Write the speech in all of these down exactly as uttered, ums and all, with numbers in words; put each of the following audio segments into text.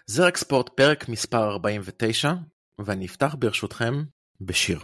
זרק ספורט פרק מספר ארבעים ותשע, ואני אפתח ברשותכם בשיר.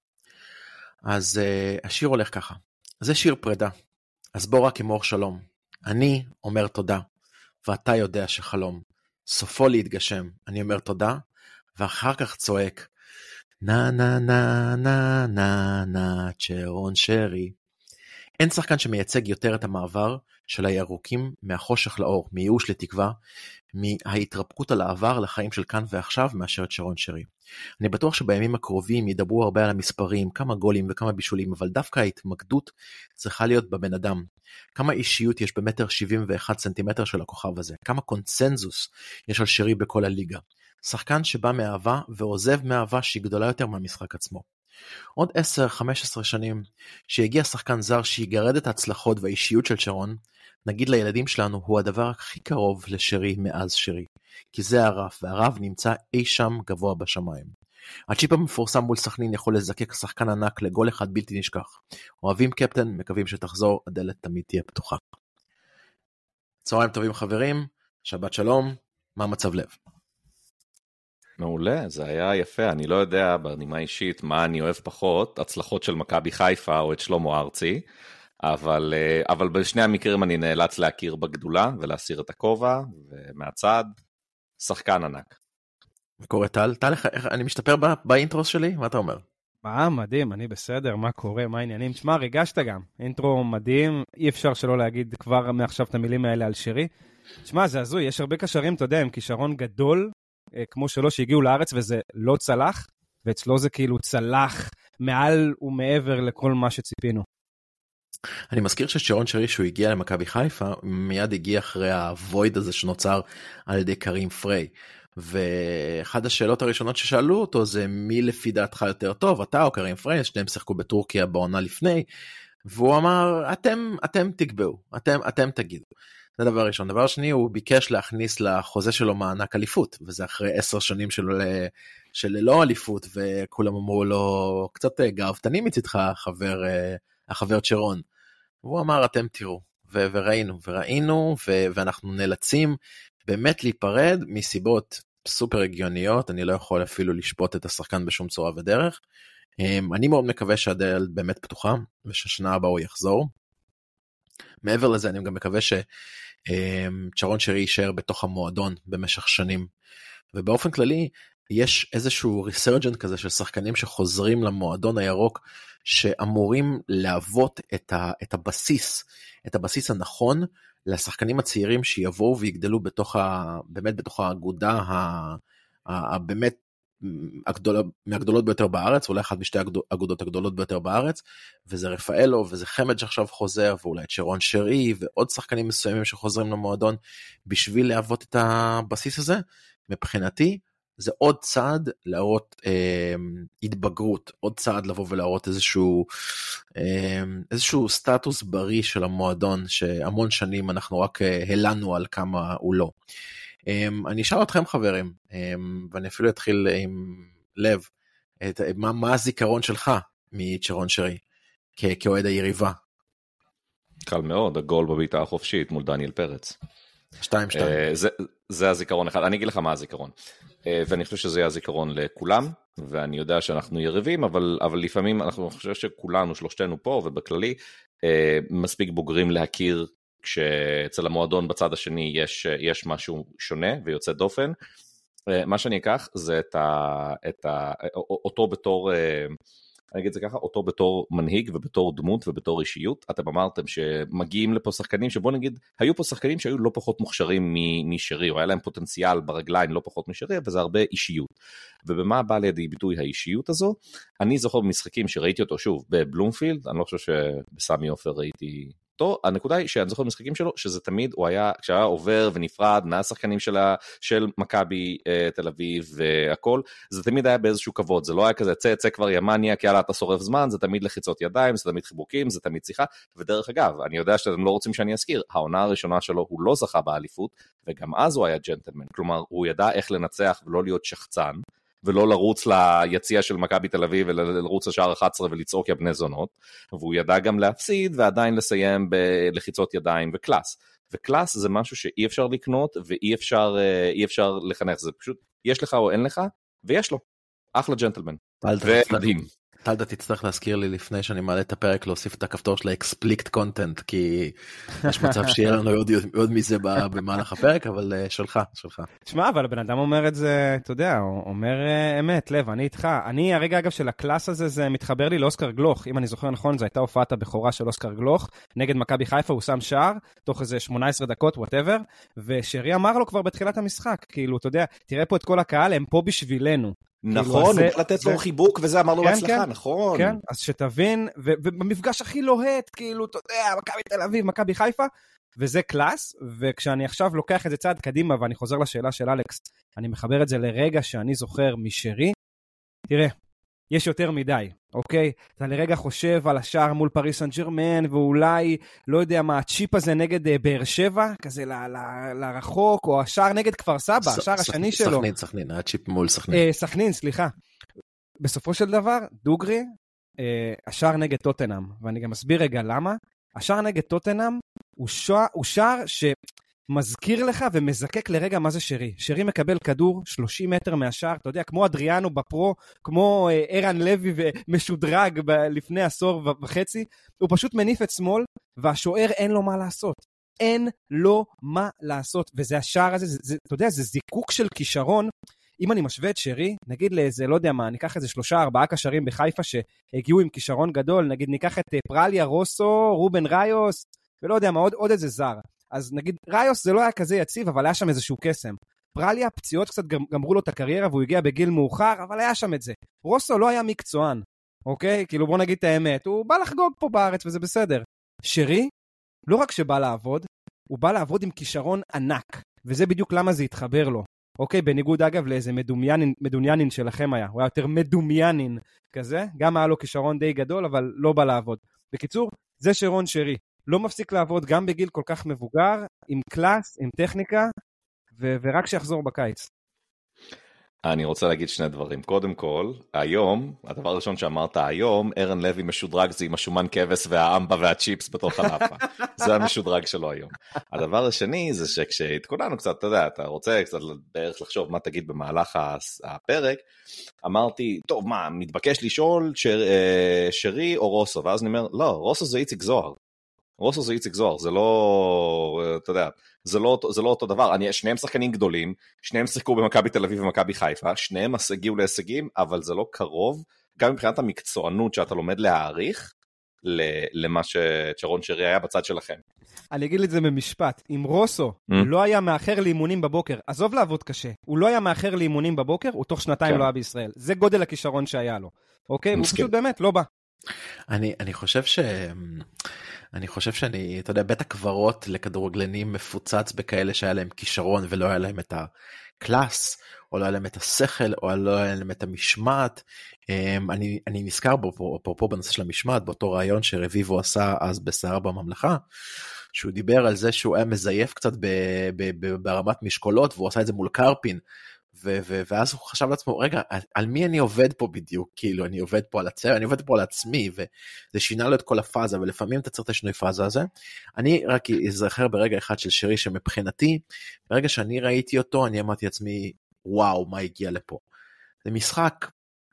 אז uh, השיר הולך ככה. זה שיר פרידה, אז בוא רק אמור שלום. אני אומר תודה, ואתה יודע שחלום. סופו להתגשם, אני אומר תודה, ואחר כך צועק. נה נה נה נה נה נה צ'רון שרי. אין שחקן שמייצג יותר את המעבר של הירוקים מהחושך לאור, מייאוש לתקווה, מההתרפקות על העבר לחיים של כאן ועכשיו מאשר את שרון שרי. אני בטוח שבימים הקרובים ידברו הרבה על המספרים, כמה גולים וכמה בישולים, אבל דווקא ההתמקדות צריכה להיות בבן אדם. כמה אישיות יש במטר שבעים ואחד סנטימטר של הכוכב הזה, כמה קונצנזוס יש על שרי בכל הליגה. שחקן שבא מאהבה ועוזב מאהבה שהיא גדולה יותר מהמשחק עצמו. עוד עשר חמש עשרה שנים שהגיע שחקן זר שיגרד את ההצלחות והאישיות של שרון, נגיד לילדים שלנו הוא הדבר הכי קרוב לשרי מאז שרי, כי זה הרף, והרף נמצא אי שם גבוה בשמיים. הצ'יפ המפורסם מול סכנין יכול לזקק שחקן ענק לגול אחד בלתי נשכח. אוהבים קפטן, מקווים שתחזור, הדלת תמיד תהיה פתוחה. צהריים טובים חברים, שבת שלום, מה מצב לב? מעולה, זה היה יפה, אני לא יודע בנימה אישית מה אני אוהב פחות, הצלחות של מכבי חיפה או את שלמה ארצי, אבל, אבל בשני המקרים אני נאלץ להכיר בגדולה ולהסיר את הכובע, ומהצד, שחקן ענק. וקורא טל, טל, אני משתפר בא, באינטרוס שלי? מה אתה אומר? מה, מדהים, אני בסדר, מה קורה, מה העניינים? תשמע, ריגשת גם, אינטרו מדהים, אי אפשר שלא להגיד כבר מעכשיו את המילים האלה על שרי. תשמע, זה הזוי, יש הרבה קשרים, אתה יודע, עם כישרון גדול, כמו שלו שהגיעו לארץ וזה לא צלח, ואצלו זה כאילו צלח מעל ומעבר לכל מה שציפינו. אני מזכיר ששרון שרי שהוא הגיע למכבי חיפה, מיד הגיע אחרי הוויד הזה שנוצר על ידי קרים פריי, ואחד השאלות הראשונות ששאלו אותו זה מי לפי דעתך יותר טוב, אתה או קרים פריי, שניהם שיחקו בטורקיה בעונה לפני, והוא אמר אתם, אתם תקבעו, אתם, אתם תגידו. זה דבר ראשון. דבר שני, הוא ביקש להכניס לחוזה שלו מענק אליפות, וזה אחרי עשר שנים שלו של ללא אליפות, וכולם אמרו לו, קצת גאוותני מצדך, החבר, החבר צ'רון. והוא אמר, אתם תראו, ו- וראינו, וראינו, ו- ואנחנו נאלצים באמת להיפרד מסיבות סופר הגיוניות, אני לא יכול אפילו לשפוט את השחקן בשום צורה ודרך. אני מאוד מקווה שהדלת באמת פתוחה, ושהשנה הבאה הוא יחזור. מעבר לזה, אני גם מקווה שצ'רון שרי יישאר בתוך המועדון במשך שנים, ובאופן כללי יש איזשהו ריסרג'נט כזה של שחקנים שחוזרים למועדון הירוק, שאמורים להוות את, ה, את הבסיס, את הבסיס הנכון לשחקנים הצעירים שיבואו ויגדלו בתוך ה, באמת בתוך האגודה ה, ה, באמת הגדולה, מהגדולות ביותר בארץ, אולי אחת משתי האגודות הגדולות ביותר בארץ, וזה רפאלו, וזה חמד שעכשיו חוזר, ואולי את שרון שרי, ועוד שחקנים מסוימים שחוזרים למועדון, בשביל להוות את הבסיס הזה. מבחינתי, זה עוד צעד להראות אה, התבגרות, עוד צעד לבוא ולהראות איזשהו, אה, איזשהו סטטוס בריא של המועדון, שהמון שנים אנחנו רק אה, הלנו על כמה הוא לא. אני אשאל אתכם חברים, ואני אפילו אתחיל עם לב, מה, מה הזיכרון שלך מצ'רון שרי, כאוהד היריבה? קל מאוד, הגול בביתה החופשית מול דניאל פרץ. שתיים, שתיים. זה, זה הזיכרון אחד, אני אגיד לך מה הזיכרון, ואני חושב שזה הזיכרון לכולם, ואני יודע שאנחנו יריבים, אבל, אבל לפעמים אנחנו חושב שכולנו, שלושתנו פה ובכללי, מספיק בוגרים להכיר, כשאצל המועדון בצד השני יש, יש משהו שונה ויוצא דופן. מה שאני אקח זה את ה, את ה, אותו בתור, אני אגיד את זה ככה, אותו בתור מנהיג ובתור דמות ובתור אישיות. אתם אמרתם שמגיעים לפה שחקנים שבוא נגיד, היו פה שחקנים שהיו לא פחות מוכשרים משרי, או היה להם פוטנציאל ברגליים לא פחות משרי, וזה הרבה אישיות. ובמה בא לידי ביטוי האישיות הזו? אני זוכר במשחקים שראיתי אותו שוב בבלומפילד, אני לא חושב שבסמי אופר ראיתי אותו, הנקודה היא שאני זוכר במשחקים שלו, שזה תמיד הוא היה, כשהיה עובר ונפרד מהשחקנים של, של מכבי תל אביב והכל, זה תמיד היה באיזשהו כבוד, זה לא היה כזה, צא, צא כבר ימניה, כי יאללה אתה שורף זמן, זה תמיד לחיצות ידיים, זה תמיד חיבוקים, זה תמיד שיחה, ודרך אגב, אני יודע שאתם לא רוצים שאני אזכיר, העונה הראשונה שלו הוא לא זכה באליפות, וגם אז הוא היה ג'נטלמן, כלומר, הוא ידע איך לנצח ולא להיות שחצן, ולא לרוץ ליציאה של מכבי תל אביב, ולרוץ לשער אחת עשרה ולצעוק יא בני זונות, והוא ידע גם להפסיד, ועדיין לסיים בלחיצות ידיים וקלאס, וקלאס זה משהו שאי אפשר לקנות, ואי אפשר, אי אפשר לחנך, זה פשוט, יש לך או אין לך, ויש לו, אחלה ג'נטלמן, ומדהים. טלדה תצטרך להזכיר לי לפני שאני מעלה את הפרק להוסיף את הכפתור של האקספליקט קונטנט, כי יש מצב שיהיה לנו עוד, עוד מזה במהלך הפרק, אבל שלך, שלך. תשמע, אבל הבן אדם אומר את זה, אתה יודע, הוא אומר אמת, לב, אני איתך. אני, הרגע אגב של הקלאס הזה, זה מתחבר לי לאוסקר גלוך, אם אני זוכר נכון, זו הייתה הופעת הבכורה של אוסקר גלוך, נגד מכבי חיפה, הוא שם שער, תוך איזה שמונה עשרה דקות, whatever, ושרי אמר לו כבר בתחילת המשחק, כאילו, אתה יודע, תראה פה את כל הקהל, הם פה בשבילנו. נכון, הוא בא לתת לו חיבוק וזה אמר לו בהצלחה, נכון. כן, אז שתבין, ובמפגש הכי לוהט, כאילו, אתה יודע, מכבי תל אביב, מכבי חיפה, וזה קלאס, וכשאני עכשיו לוקח את זה צעד קדימה, ואני חוזר לשאלה של אלכס, אני מחבר את זה לרגע שאני זוכר משרי, תראה, יש יותר מדי, אוקיי? אתה לרגע חושב על השער מול פריס סן ז'רמן, ואולי, לא יודע מה, הצ'יפ הזה נגד באר שבע, כזה ל- ל- לרחוק, או השער נגד כפר סבא, השער השני שלו. סכנין, סכנין, הצ'יפ מול סכנין. סכנין, סליחה. בסופו של דבר, דוגרי, השער נגד טוטנהאם, ואני גם אסביר רגע למה, השער נגד טוטנהאם הוא שער שמזכיר לך ומזקק לרגע מה זה שרי. שרי מקבל כדור שלושים מטר מהשער, אתה יודע, כמו אדריאנו בפרו, כמו ערן לוי ומשודרג לפני עשור וחצי, הוא פשוט מניף את שמאל, והשוער אין לו מה לעשות. אין לו מה לעשות, וזה השער הזה, זה, זה, אתה יודע, זה זיקוק של כישרון. אם אני משווה את שרי, נגיד לאיזה, לא יודע מה, ניקח איזה שלושה, ארבעה קשרים בחיפה שהגיעו עם כישרון גדול, נגיד ניקח את פרליה, רוסו, רובן ראיוס, ולא יודע מה, עוד, עוד איזה זר. אז נגיד, ראיוס זה לא היה כזה יציב, אבל היה שם איזשהו קסם. פרליה, פציעות קצת גמרו לו את הקריירה, והוא הגיע בגיל מאוחר, אבל היה שם את זה. רוסו לא היה מקצוען, אוקיי? כאילו בוא נגיד את האמת, הוא בא לחגוג פה בארץ וזה בסדר. שרי, לא רק שבא לעבוד, הוא בא לעבוד עם כישרון ענק, וזה בדיוק למה זה התחבר לו. אוקיי, בניגוד אגב לאיזה מדומיינין, מדומיינין שלכם היה, הוא היה יותר מדומיינין כזה, גם היה לו כישרון די גדול, אבל לא בא לעבוד. בקיצור, זה שרון שרי, לא מפסיק לעבוד גם בגיל כל כך מבוגר, עם קלאס, עם טכניקה, ו- ורק שיחזור בקיץ. אני רוצה להגיד שני דברים. קודם כל, היום, הדבר הראשון שאמרת היום, ערן לוי משודרג זה עם השומן כבש והאמבה והצ'יפס בתוך הלאפה. זה המשודרג שלו היום. הדבר השני זה שכשהתכוננו קצת, אתה יודע, אתה רוצה קצת בערך לחשוב מה תגיד במהלך הפרק, אמרתי, טוב, מה, מתבקש לשאול שר, שרי או רוסו, ואז אני אומר, לא, רוסו זה איציק זוהר. רוסו זה איציק זוהר, זה לא, אתה יודע, זה לא, זה לא אותו דבר. אני, שניהם שחקנים גדולים, שניהם שיחקו במכבי תל אביב ומכבי חיפה, שניהם הגיעו להישגים, אבל זה לא קרוב, גם מבחינת המקצוענות שאתה לומד להעריך, למה ששרון שרי היה בצד שלכם. אני אגיד את זה במשפט, אם רוסו לא היה מאחר לאימונים בבוקר, עזוב לעבוד קשה, הוא לא היה מאחר לאימונים בבוקר, הוא תוך שנתיים לא היה בישראל. זה גודל הכישרון שהיה לו. אוקיי? הוא פשוט באמת לא בא. אני, אני חושב ש... אני חושב שאני, אתה יודע, בית הקברות לכדורגלנים מפוצץ בכאלה שהיה להם כישרון ולא היה להם את הקלאס, או לא היה להם את השכל, או לא היה להם את המשמעת. אני, אני נזכר בו, פה, פה בנושא של המשמעת, באותו רעיון שרביבו עשה אז בסער בממלכה, שהוא דיבר על זה שהוא היה מזייף קצת ב, ב, ב, ברמת משקולות, והוא עשה את זה מול קרפין, ו- ו- ואז הוא חשב לעצמו, רגע, על, על מי אני עובד פה בדיוק? כאילו, אני עובד פה על הצוות, אני עובד פה על עצמי, וזה שינה לו את כל הפאזה, ולפעמים אתה צריך את השינוי פאזה הזה. אני רק אזכר ברגע אחד של שרי, שמבחינתי, ברגע שאני ראיתי אותו, אני אמרתי לעצמי, וואו, מה הגיע לפה? זה משחק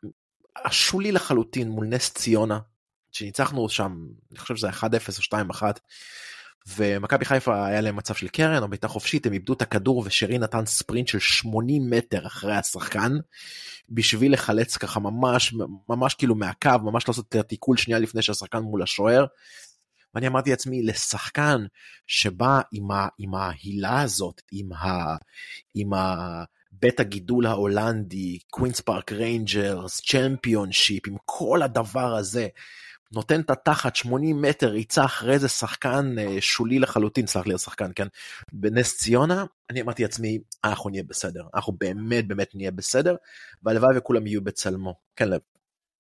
השולי לחלוטין מול נס ציונה, שניצחנו שם, אני חושב שזה אחד אפס או שתיים אחת, ומכבי חיפה היה להם מצב של קרן או ביתה חופשית, הם איבדו את הכדור ושרי נתן ספרינט של שמונים מטר אחרי השחקן, בשביל לחלץ ככה ממש, ממש כאילו מהקו, ממש לעשות את התיקול שנייה לפני שהשחקן מול השוער, ואני אמרתי לעצמי, לשחקן שבא עם, ה, עם ההילה הזאת, עם, ה, עם ה, בית הגידול ההולנדי, קווינס פארק ריינג'רס, צ'מפיונשיפ, עם כל הדבר הזה, נותן את התחת שמונים מטר, ריצה אחרי איזה שחקן שולי לחלוטין, סלח לי השחקן, כן, בנס ציונה, אני אמרתי לעצמי, אנחנו נהיה בסדר, אנחנו באמת באמת נהיה בסדר, והלוואי וכולם יהיו בצלמו, כן לב.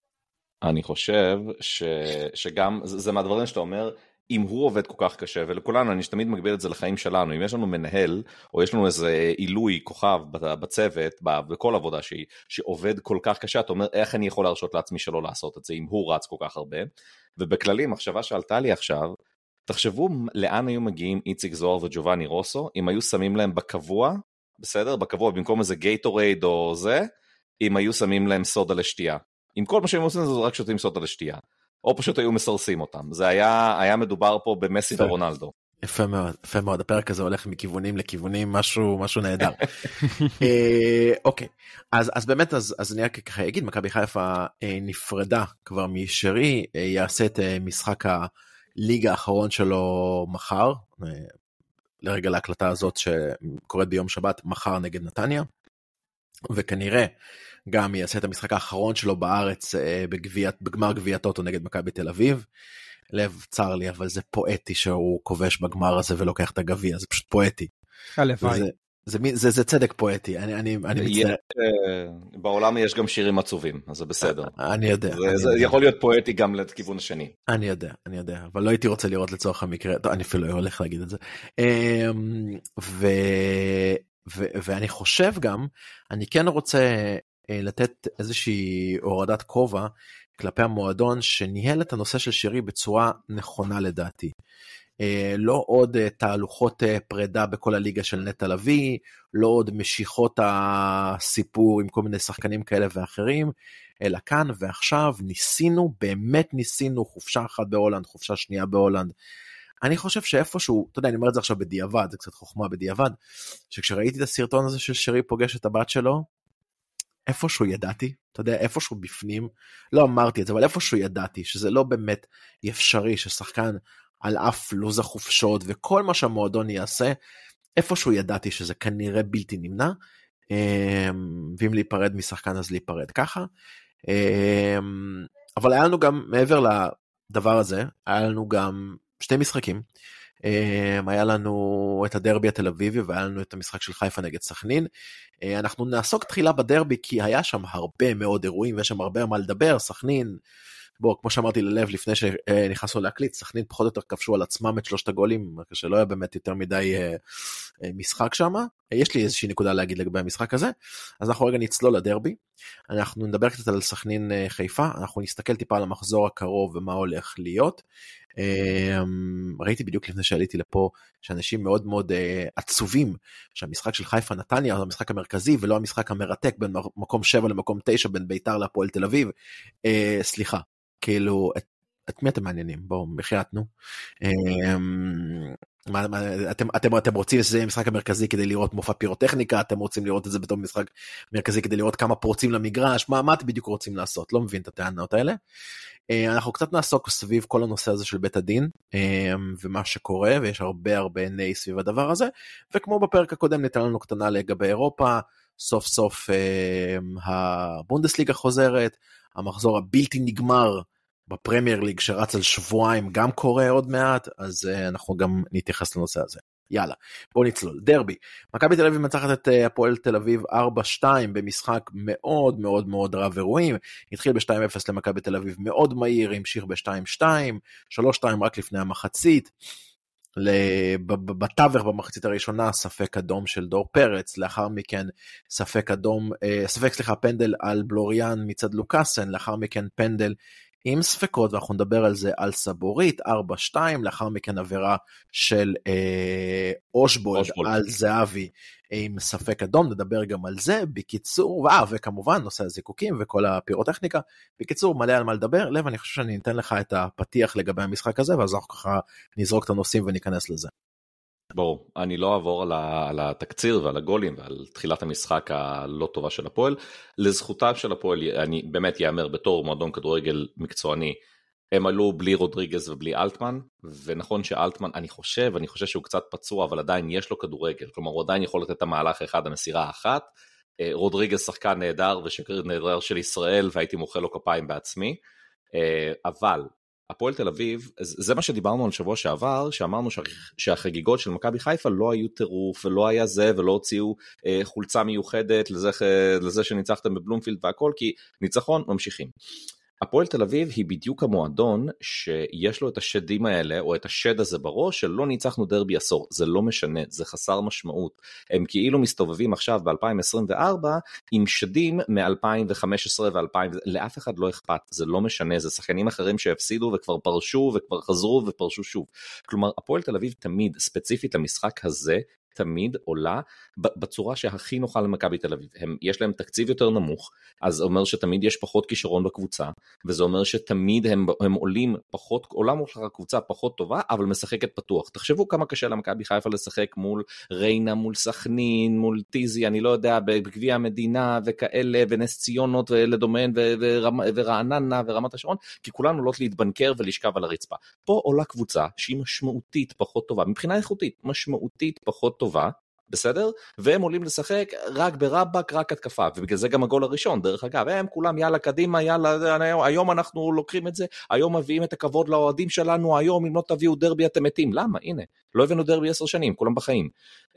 אני חושב ש, שגם, זה, זה מהדברים שאתה אומר, אם הוא עובד כל כך קשה, ולכולנו, אני תמיד מגביל את זה לחיים שלנו, אם יש לנו מנהל, או יש לנו איזה עילוי כוכב בצוות, בכל עבודה שהיא, שעובד כל כך קשה, אתה אומר, איך אני יכול להרשות לעצמי שלא לעשות את זה, אם הוא רץ כל כך הרבה, ובכללי, מחשבה שעלתה לי עכשיו, תחשבו לאן היו מגיעים איציק זוהר וג'ובאני רוסו, אם היו שמים להם בקבוע, בסדר? בקבוע, במקום איזה גייטורייד או זה, אם היו שמים להם סודה לשתייה. עם כל מה שהם עושים זה רק שותים סודה לשתייה. או פשוט היו מסרסים אותם. זה היה, היה מדובר פה במסי ורונלדו. יפה מאוד, יפה מאוד. הפרק הזה הולך מכיוונים לכיוונים, משהו, משהו נהדר. אוקיי, אז, אז באמת, אז, אז אני ככה אגיד, מכבי חיפה נפרדה כבר משרי, יעשה את משחק הליגה האחרון שלו מחר, לרגע להקלטה הזאת שקורית ביום שבת, מחר נגד נתניה, וכנראה גם יעשה את המשחק האחרון שלו בארץ בגביע, בגמר גביע טוטו נגד מכבי תל אביב. לב צר לי, אבל זה פואטי שהוא כובש בגמר הזה ולוקח את הגביע, זה פשוט פואטי. הלוואי. זה, זה, זה, זה צדק פואטי, אני, אני, אני מצטער. בעולם יש גם שירים עצובים, אז זה בסדר. אני יודע. זה, זה יכול להיות פואטי גם לכיוון השני. אני יודע, אני יודע, אבל לא הייתי רוצה לראות לצורך המקרה, טוב, אני אפילו לא הולך להגיד את זה. ו, ו, ואני חושב גם, אני כן רוצה לתת איזושהי הורדת כובע, כלפי המועדון שניהל את הנושא של שרי בצורה נכונה לדעתי. לא עוד תהלוכות פרידה בכל הליגה של נטע לביא, לא עוד משיכות הסיפור עם כל מיני שחקנים כאלה ואחרים, אלא כאן ועכשיו ניסינו, באמת ניסינו, חופשה אחת בהולנד, חופשה שנייה בהולנד. אני חושב שאיפשהו, אתה יודע, אני אומר את זה עכשיו בדיעבד, זה קצת חוכמה בדיעבד, שכשראיתי את הסרטון הזה של שרי פוגש את הבת שלו, איפשהו ידעתי, אתה יודע, איפשהו בפנים, לא אמרתי את זה, אבל איפשהו ידעתי, שזה לא באמת אפשרי, ששחקן על אף לוז החופשות, וכל מה שהמועדון יעשה, איפשהו ידעתי שזה כנראה בלתי נמנע, ואם להיפרד משחקן אז להיפרד ככה, אבל היה לנו גם, מעבר לדבר הזה, היה לנו גם שתי משחקים, היה לנו את הדרבי התל אביבי, והיה לנו את המשחק של חיפה נגד סכנין. אנחנו נעסוק תחילה בדרבי, כי היה שם הרבה מאוד אירועים, ויש שם הרבה מה לדבר. סכנין, בוא, כמו שאמרתי ללב לפני שנכנסנו להקליט, סכנין פחות או יותר כבשו על עצמם את שלושת הגולים, שלא היה באמת יותר מדי משחק שם. יש לי איזושהי נקודה להגיד לגבי המשחק הזה, אז אנחנו רגע נצלול לדרבי, אנחנו נדבר קצת על סכנין חיפה, אנחנו נסתכל טיפה על המחזור הקרוב ומה הולך להיות. ראיתי בדיוק לפני שעליתי לפה שאנשים מאוד מאוד עצובים שהמשחק של חיפה נתניה הוא המשחק המרכזי ולא המשחק המרתק בין מקום שבע למקום תשע בין ביתר להפועל תל אביב. סליחה, כאילו את, את מי אתם מעניינים? בואו, מחייתנו. מה, מה, אתם, אתם, אתם רוצים שזה יהיה משחק המרכזי כדי לראות מופע פירוטכניקה, אתם רוצים לראות את זה בתור משחק מרכזי כדי לראות כמה פורצים למגרש, מה, מה אתם בדיוק רוצים לעשות? לא מבין את הטענות האלה. אנחנו קצת נעסוק סביב כל הנושא הזה של בית הדין, ומה שקורה, ויש הרבה הרבה נאי סביב הדבר הזה, וכמו בפרק הקודם ניתן לנו קטנה לגבי אירופה, סוף סוף הבונדסליגה חוזרת, המחזור הבלתי נגמר, בפרמייר ליג שרץ על שבועיים גם קורה עוד מעט, אז uh, אנחנו גם נתייחס לנושא הזה. יאללה, בואו נצלול. דרבי, מכבי תל אביב מנצחת את uh, הפועל תל אביב ארבע שתיים במשחק מאוד מאוד מאוד רב אירועים, התחיל ב-שתיים אפס למכבי תל אביב מאוד מהיר, המשיך ב-שתיים שתיים, שלוש שתיים רק לפני המחצית, בתווך במחצית הראשונה ספק אדום של דור פרץ, לאחר מכן ספק אדום, uh, ספק סליחה פנדל על בלוריאן מצד לוקאסן, לאחר מכן פנדל עם ספקות, ואנחנו נדבר על זה על סבורית, ארבע שתיים, לאחר מכן עבירה של אה, אושבולד, אושבולד על זהבי עם ספק אדום, נדבר גם על זה, בקיצור, ואה, וכמובן נושא הזיקוקים וכל הפירוטכניקה, בקיצור מלא על מה לדבר. לב, אני חושב שאני ניתן לך את הפתיח לגבי המשחק הזה, ואז אנחנו ככה נזרוק את הנושאים וניכנס לזה. ברור, אני לא אעבור על, ה, על התקציר ועל הגולים ועל תחילת המשחק הלא טובה של הפועל. לזכותה של הפועל, אני באמת יאמר בתור מועדון כדורגל מקצועני, הם עלו בלי רודריגז ובלי אלטמן, ונכון שאלטמן, אני חושב, אני חושב שהוא קצת פצוע, אבל עדיין יש לו כדורגל, כלומר הוא עדיין יכול לתת את המהלך אחד, המסירה האחת. רודריגז שחקן נהדר ושגריר נהדר של ישראל, והייתי מוחא לו כפיים בעצמי, אבל הפועל תל אביב, זה מה שדיברנו על שבוע שעבר, שאמרנו שהחגיגות של מכבי חיפה לא היו טירוף, ולא היה זה, ולא הוציאו חולצה מיוחדת לזה, לזה שניצחתם בבלומפילד והכל, כי ניצחון ממשיכים. הפועל תל אביב היא בדיוק המועדון שיש לו את השדים האלה, או את השד הזה בראש, שלא ניצחנו דרבי עשור. זה לא משנה, זה חסר משמעות. הם כאילו מסתובבים עכשיו ב-אלפיים עשרים וארבע, עם שדים מ-אלפיים וחמש עשרה ו-אלפיים, לאף אחד לא אכפת, זה לא משנה, זה שחקנים אחרים שהפסידו וכבר פרשו, וכבר חזרו ופרשו שוב. כלומר, הפועל תל אביב תמיד, ספציפית למשחק הזה, תמיד עולה בצורה שהכי נוחה למכבי תל אביב. הם, יש להם תקציב יותר נמוך, אז זה אומר שתמיד יש פחות כישרון בקבוצה, וזה אומר שתמיד הם, הם עולים פחות, עולם מול הקבוצה פחות טובה, אבל משחקת פתוח. תחשבו כמה קשה למכבי חיפה לשחק מול ריינה, מול סכנין, מול טיזי, אני לא יודע, בגביע המדינה וכאלה, ונס ציונות ולדומיין ורמ, ורעננה ורמת השרון, כי כולנו עולות להתבנקר ולשכב על הרצפה. פה עולה קבוצה שהיא משמעותית פחות טובה, מבחינה איכותית, משמעותית פחות טובה, בסדר? והם עולים לשחק רק ברבק, רק התקפה, ובגלל זה גם הגול הראשון, דרך אגב, הם כולם יאללה קדימה, יאללה, היום אנחנו לוקחים את זה, היום מביאים את הכבוד לאוהדים שלנו, היום אם לא תביאו דרבי אתם מתים, למה? הנה, לא הבאנו דרבי עשר שנים, כולם בחיים.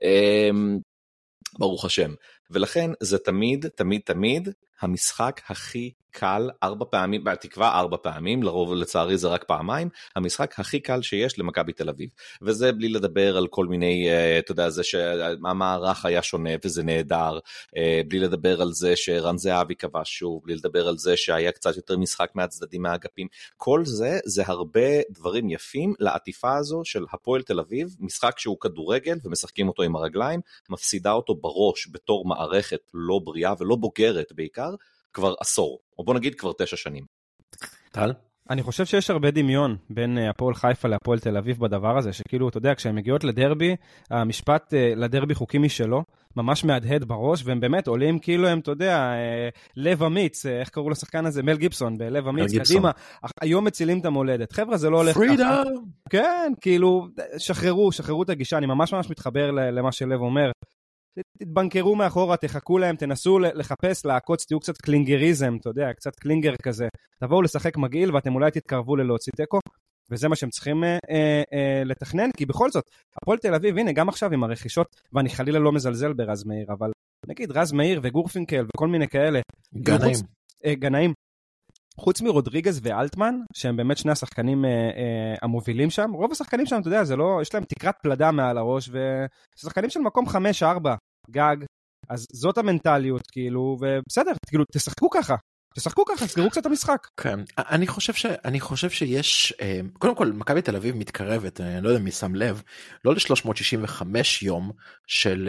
ברוך השם. ולכן זה תמיד, תמיד, תמיד, המשחק הכי קל, ארבע פעמים, בתקווה ארבע פעמים, לרוב לצערי זה רק פעמיים, המשחק הכי קל שיש למכבי תל אביב. וזה בלי לדבר על כל מיני, אתה יודע, זה שהמערך היה שונה וזה נהדר, בלי לדבר על זה שרן זהבי כבש שוב, בלי לדבר על זה שהיה קצת יותר משחק מהצדדים מהאגפים, כל זה, זה הרבה דברים יפים לעטיפה הזו של הפועל תל אביב, משחק שהוא כדורגל ומשחקים אותו עם הרגליים, מפסידה אותו בראש בתור מערכת לא בריאה ולא בוגרת בעיקר, כבר עשור, או בוא נגיד כבר תשע שנים. טל? אני חושב שיש הרבה דמיון בין הפועל חיפה להפועל תל אביב בדבר הזה, שכאילו, אתה יודע, כשהם מגיעות לדרבי, המשפט לדרבי חוקי משלו, ממש מהדהד בראש, והם באמת עולים כאילו הם, אתה יודע, לב אמיץ, איך קראו לשחקן הזה? מל גיבסון, בלב אמיץ, קדימה, היום מצילים את המולדת. חבר'ה, זה לא הולך ככה. כן, כאילו, שחררו, שחררו את הגישה, אני ממש ממש מתחבר למה שלב אומר. תתבנקרו מאחורה, תחכו להם, תנסו לחפש, לעקוץ, תהיו קצת קלינגריזם, אתה יודע, קצת קלינגר כזה, תבואו לשחק מגעיל ואתם אולי תתקרבו ללהוציא תיקו, וזה מה שהם צריכים אה, אה, לתכנן, כי בכל זאת, הפועל תל אביב, הנה, גם עכשיו עם הרכישות, ואני חלילה לא מזלזל ברז מאיר, אבל נגיד רז מאיר וגורפינקל וכל מיני כאלה, גנאים, חוץ, אה, גנאים, חוץ מרודריגז ואלטמן, שהם באמת שני השחקנים אה, אה, המובילים שם, רוב השחקנים שם, אתה יודע, זה לא, יש להם תקרת פלדה מעל הראש, ושחקנים של מקום חמש ארבע, גג, אז זאת המנטליות, כאילו, ובסדר, כאילו, תשחקו ככה, תשחקו ככה, סגרו קצת המשחק. כן, אני חושב ש, אני חושב שיש, קודם כל, מכבי תל אביב מתקרבת, אני לא יודע מי שם לב, לא ל-שלוש מאות שישים וחמש יום של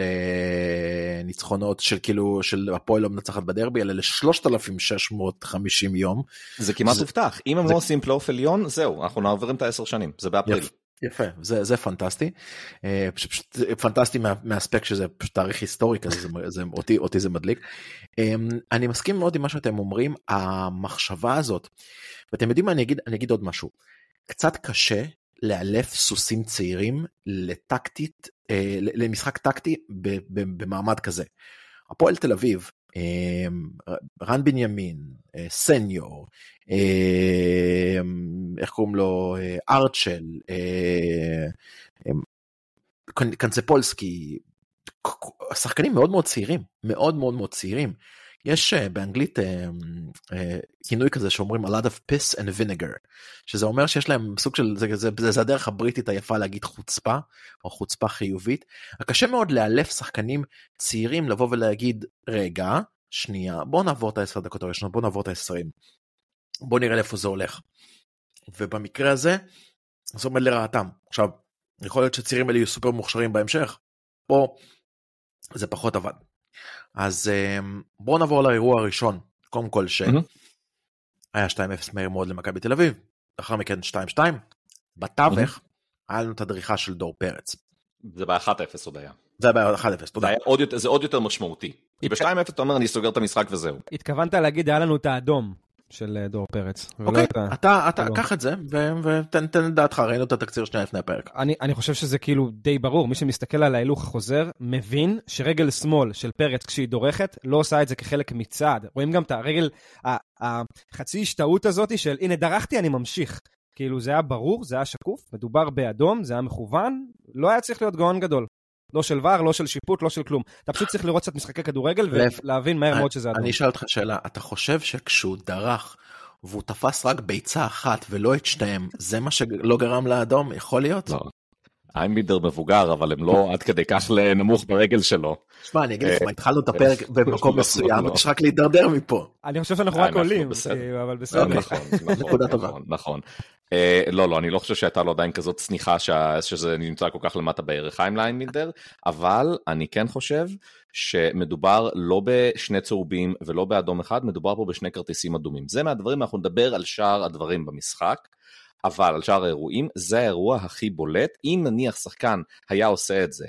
ניצחונות, של כאילו, של הפועל לא מנצחת בדרבי, אלא ל-שלושת אלפים ושש מאות וחמישים יום. זה כמעט הובטח, אם הם לא עושים פלייאוף עליון, זהו, אנחנו נעברים את העשר שנים, זה באפריל. יפה, זה, זה פנטסטי, פשוט פנטסטי מה, מהאספקט שזה פשוט תאריך היסטורי כזה, זה, זה, אותי, אותי זה מדליק. אני מסכים מאוד עם מה שאתם אומרים, המחשבה הזאת, ואתם יודעים מה, אני אגיד, אני אגיד עוד משהו, קצת קשה לאלף סוסים צעירים לטקטית, למשחק טקטי במעמד כזה. הפועל תל אביב, רן בנימין, סניור, איך קוראים לו, ארצ'ל, קנצפולסקי, שחקנים מאוד מאוד צעירים, מאוד מאוד מאוד צעירים. יש באנגלית כינוי כזה שאומרים a lot of piss and vinegar, שזה אומר שיש להם סוג של, זה, זה, זה, זה הדרך הבריטית היפה להגיד חוצפה, או חוצפה חיובית. הקשה מאוד לאלף שחקנים צעירים לבוא ולהגיד, רגע, שנייה, בוא נעבור את העשר דקות הראשונות, בוא נעבור את העשרים, בוא נראה לאיפה זה הולך. ובמקרה הזה, זה עומד לרעתם. עכשיו, יכול להיות שצעירים האלה יהיו סופר מוכשרים בהמשך, פה זה פחות עבד. אז בואו נעבור לאירוע הראשון, קודם כל שהיה שתיים אפס מהיר מאוד למכבי תל אביב, לאחר מכן שתיים שתיים, בתווך היה לנו את הדריכה של דור פרץ. זה ב-אחת אפס עוד היה. זה היה ב-אחת אפס, תודה. זה עוד יותר משמעותי. כי ב-שתיים אפס אתה אומר אני סוגר את המשחק וזהו. התכוונת להגיד היה לנו את האדום של דור פרץ. אוקיי, אתה קח את זה ותן דעתך, ראינו את התקציר שנייה לפני הפרק. אני חושב שזה כאילו די ברור, מי שמסתכל על ההילוך החוזר, מבין שרגל שמאל של פרץ כשהיא דורכת, לא עושה את זה כחלק מצעד. רואים גם את הרגל, החצי השתאות הזאת של הנה דרכתי אני ממשיך. כאילו זה היה ברור, זה היה שקוף, מדובר באדום, זה היה מכוון, לא היה צריך להיות גאון גדול. לא של ור, לא של שיפוט, לא של כלום. אתה פשוט צריך לראות קצת משחקי כדורגל ולהבין מהר מאוד שזה אדום. אני אשאל אותך שאלה, אתה חושב שכשהוא דרך, והוא תפס רק ביצה אחת ולא את שתיהם, זה מה שלא גרם לאדום, יכול להיות? לא. איינבינדר מבוגר, אבל הם לא עד כדי כך נמוך ברגל שלו. תשמע, אני אגיד לך, התחלנו את הפרק במקום מסוים, יש רק להידרדר מפה. אני חושב שאנחנו רק עולים, אבל בסדר. נכון, נכון, נכון. לא, לא, אני לא חושב שהייתה לו עדיין כזאת צניחה שזה נמצא כל כך למטה בערך חיים לאיינבינדר, אבל אני כן חושב שמדובר לא בשני צהובים ולא באדום אחד, מדובר פה בשני כרטיסים אדומים. זה מהדברים, אנחנו נדבר על שאר הדברים במשחק, אבל על שאר האירועים, זה האירוע הכי בולט. אם נניח שחקן היה עושה את זה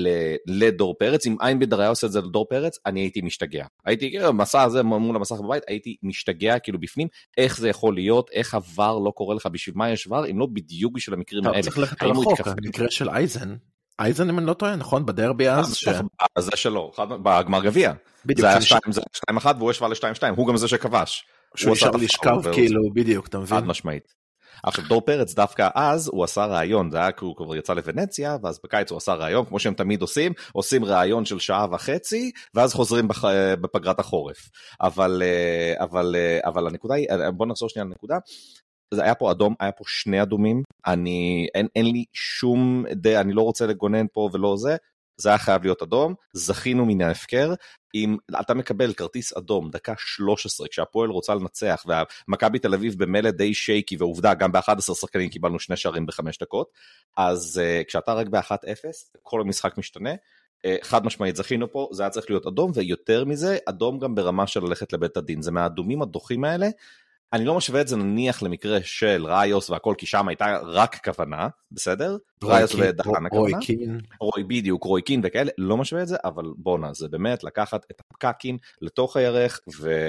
לדור פרץ, אם איינבינדר היה עושה את זה לדור פרץ, אני הייתי משתגע. הייתי, המסע הזה מול המסך בבית, הייתי משתגע כאילו בפנים, איך זה יכול להיות, איך עבר לא קורה לך, בשביל מה יש עבר, אם לא בדיוק בשביל המקרים האלה. צריך ללכת רחוק, המקרה של אייזן, אייזן אם אני לא טועה, נכון? בדרבי אז? זה שלו, בגמר גביע. זה היה שתיים אחת והוא השווה ל-שתיים שתיים, הוא גם זה שכבש. שהוא נשאר לשכב כאילו, בדיוק, אתה מבין? עד משמעית. עכשיו דור פרץ דווקא אז הוא עשה רעיון, זה היה כי הוא כבר יצא לוונציה, ואז בקיץ הוא עשה רעיון, כמו שהם תמיד עושים, עושים רעיון של שעה וחצי, ואז חוזרים בח... בפגרת החורף. אבל, אבל, אבל הנקודה היא, בוא נחזור שנייה לנקודה, זה היה פה אדום, היה פה שני אדומים, אני, אין, אין לי שום די, אני לא רוצה לגונן פה ולא זה, זה היה חייב להיות אדום, זכינו מן ההפקר, אם אתה מקבל כרטיס אדום דקה שלוש עשרה, כשהפועל רוצה לנצח, והמכבי תל אביב במלא די שייקי, ועובדה, גם ב-אחד עשר שחקנים קיבלנו שני שערים בחמש דקות, אז uh, כשאתה רק ב-אחת אפס, כל המשחק משתנה, uh, חד משמעית זכינו פה, זה היה צריך להיות אדום, ויותר מזה, אדום גם ברמה של ללכת לבית הדין, זה מהאדומים הדוחים האלה, אני לא משווה את זה נניח למקרה של ראיוס והכל, כי שם הייתה רק כוונה, בסדר? ראיוס ודהן הכוונה. רוי קין. רוי בדיוק, רוי קין וכאלה, לא משווה את זה, אבל בונה, זה באמת לקחת את הפקקים לתוך הירך,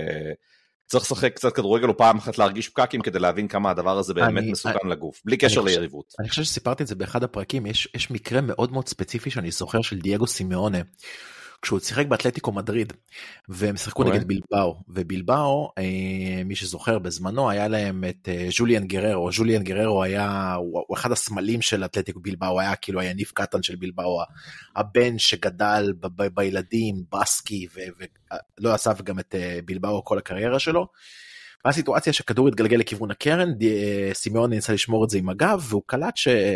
וצריך לשחק קצת כדורגל או פעם אחת להרגיש פקקים, כדי להבין כמה הדבר הזה באמת מסוכן לגוף, בלי קשר ליריבות. אני חושב שסיפרתי את זה באחד הפרקים, יש מקרה מאוד מאוד ספציפי שאני זוכר של דייגו סימאונה, כשהוא שיחק באתלטיקו מדריד, והם שיחקו נגד בילבאו, ובילבאו, מי שזוכר בזמנו, היה להם את ז'וליאן גררו, ז'וליאן גררו היה, הוא אחד הסמלים של אתלטיקו בילבאו, היה כאילו היניב קטן של בילבאו, הבן שגדל בילדים, בסקי, ולא עזב גם את בילבאו כל הקריירה שלו, והסיטואציה שכדור התגלגל לכיוון הקרן, סימאון ניסה לשמור את זה עם הגב, והוא קלט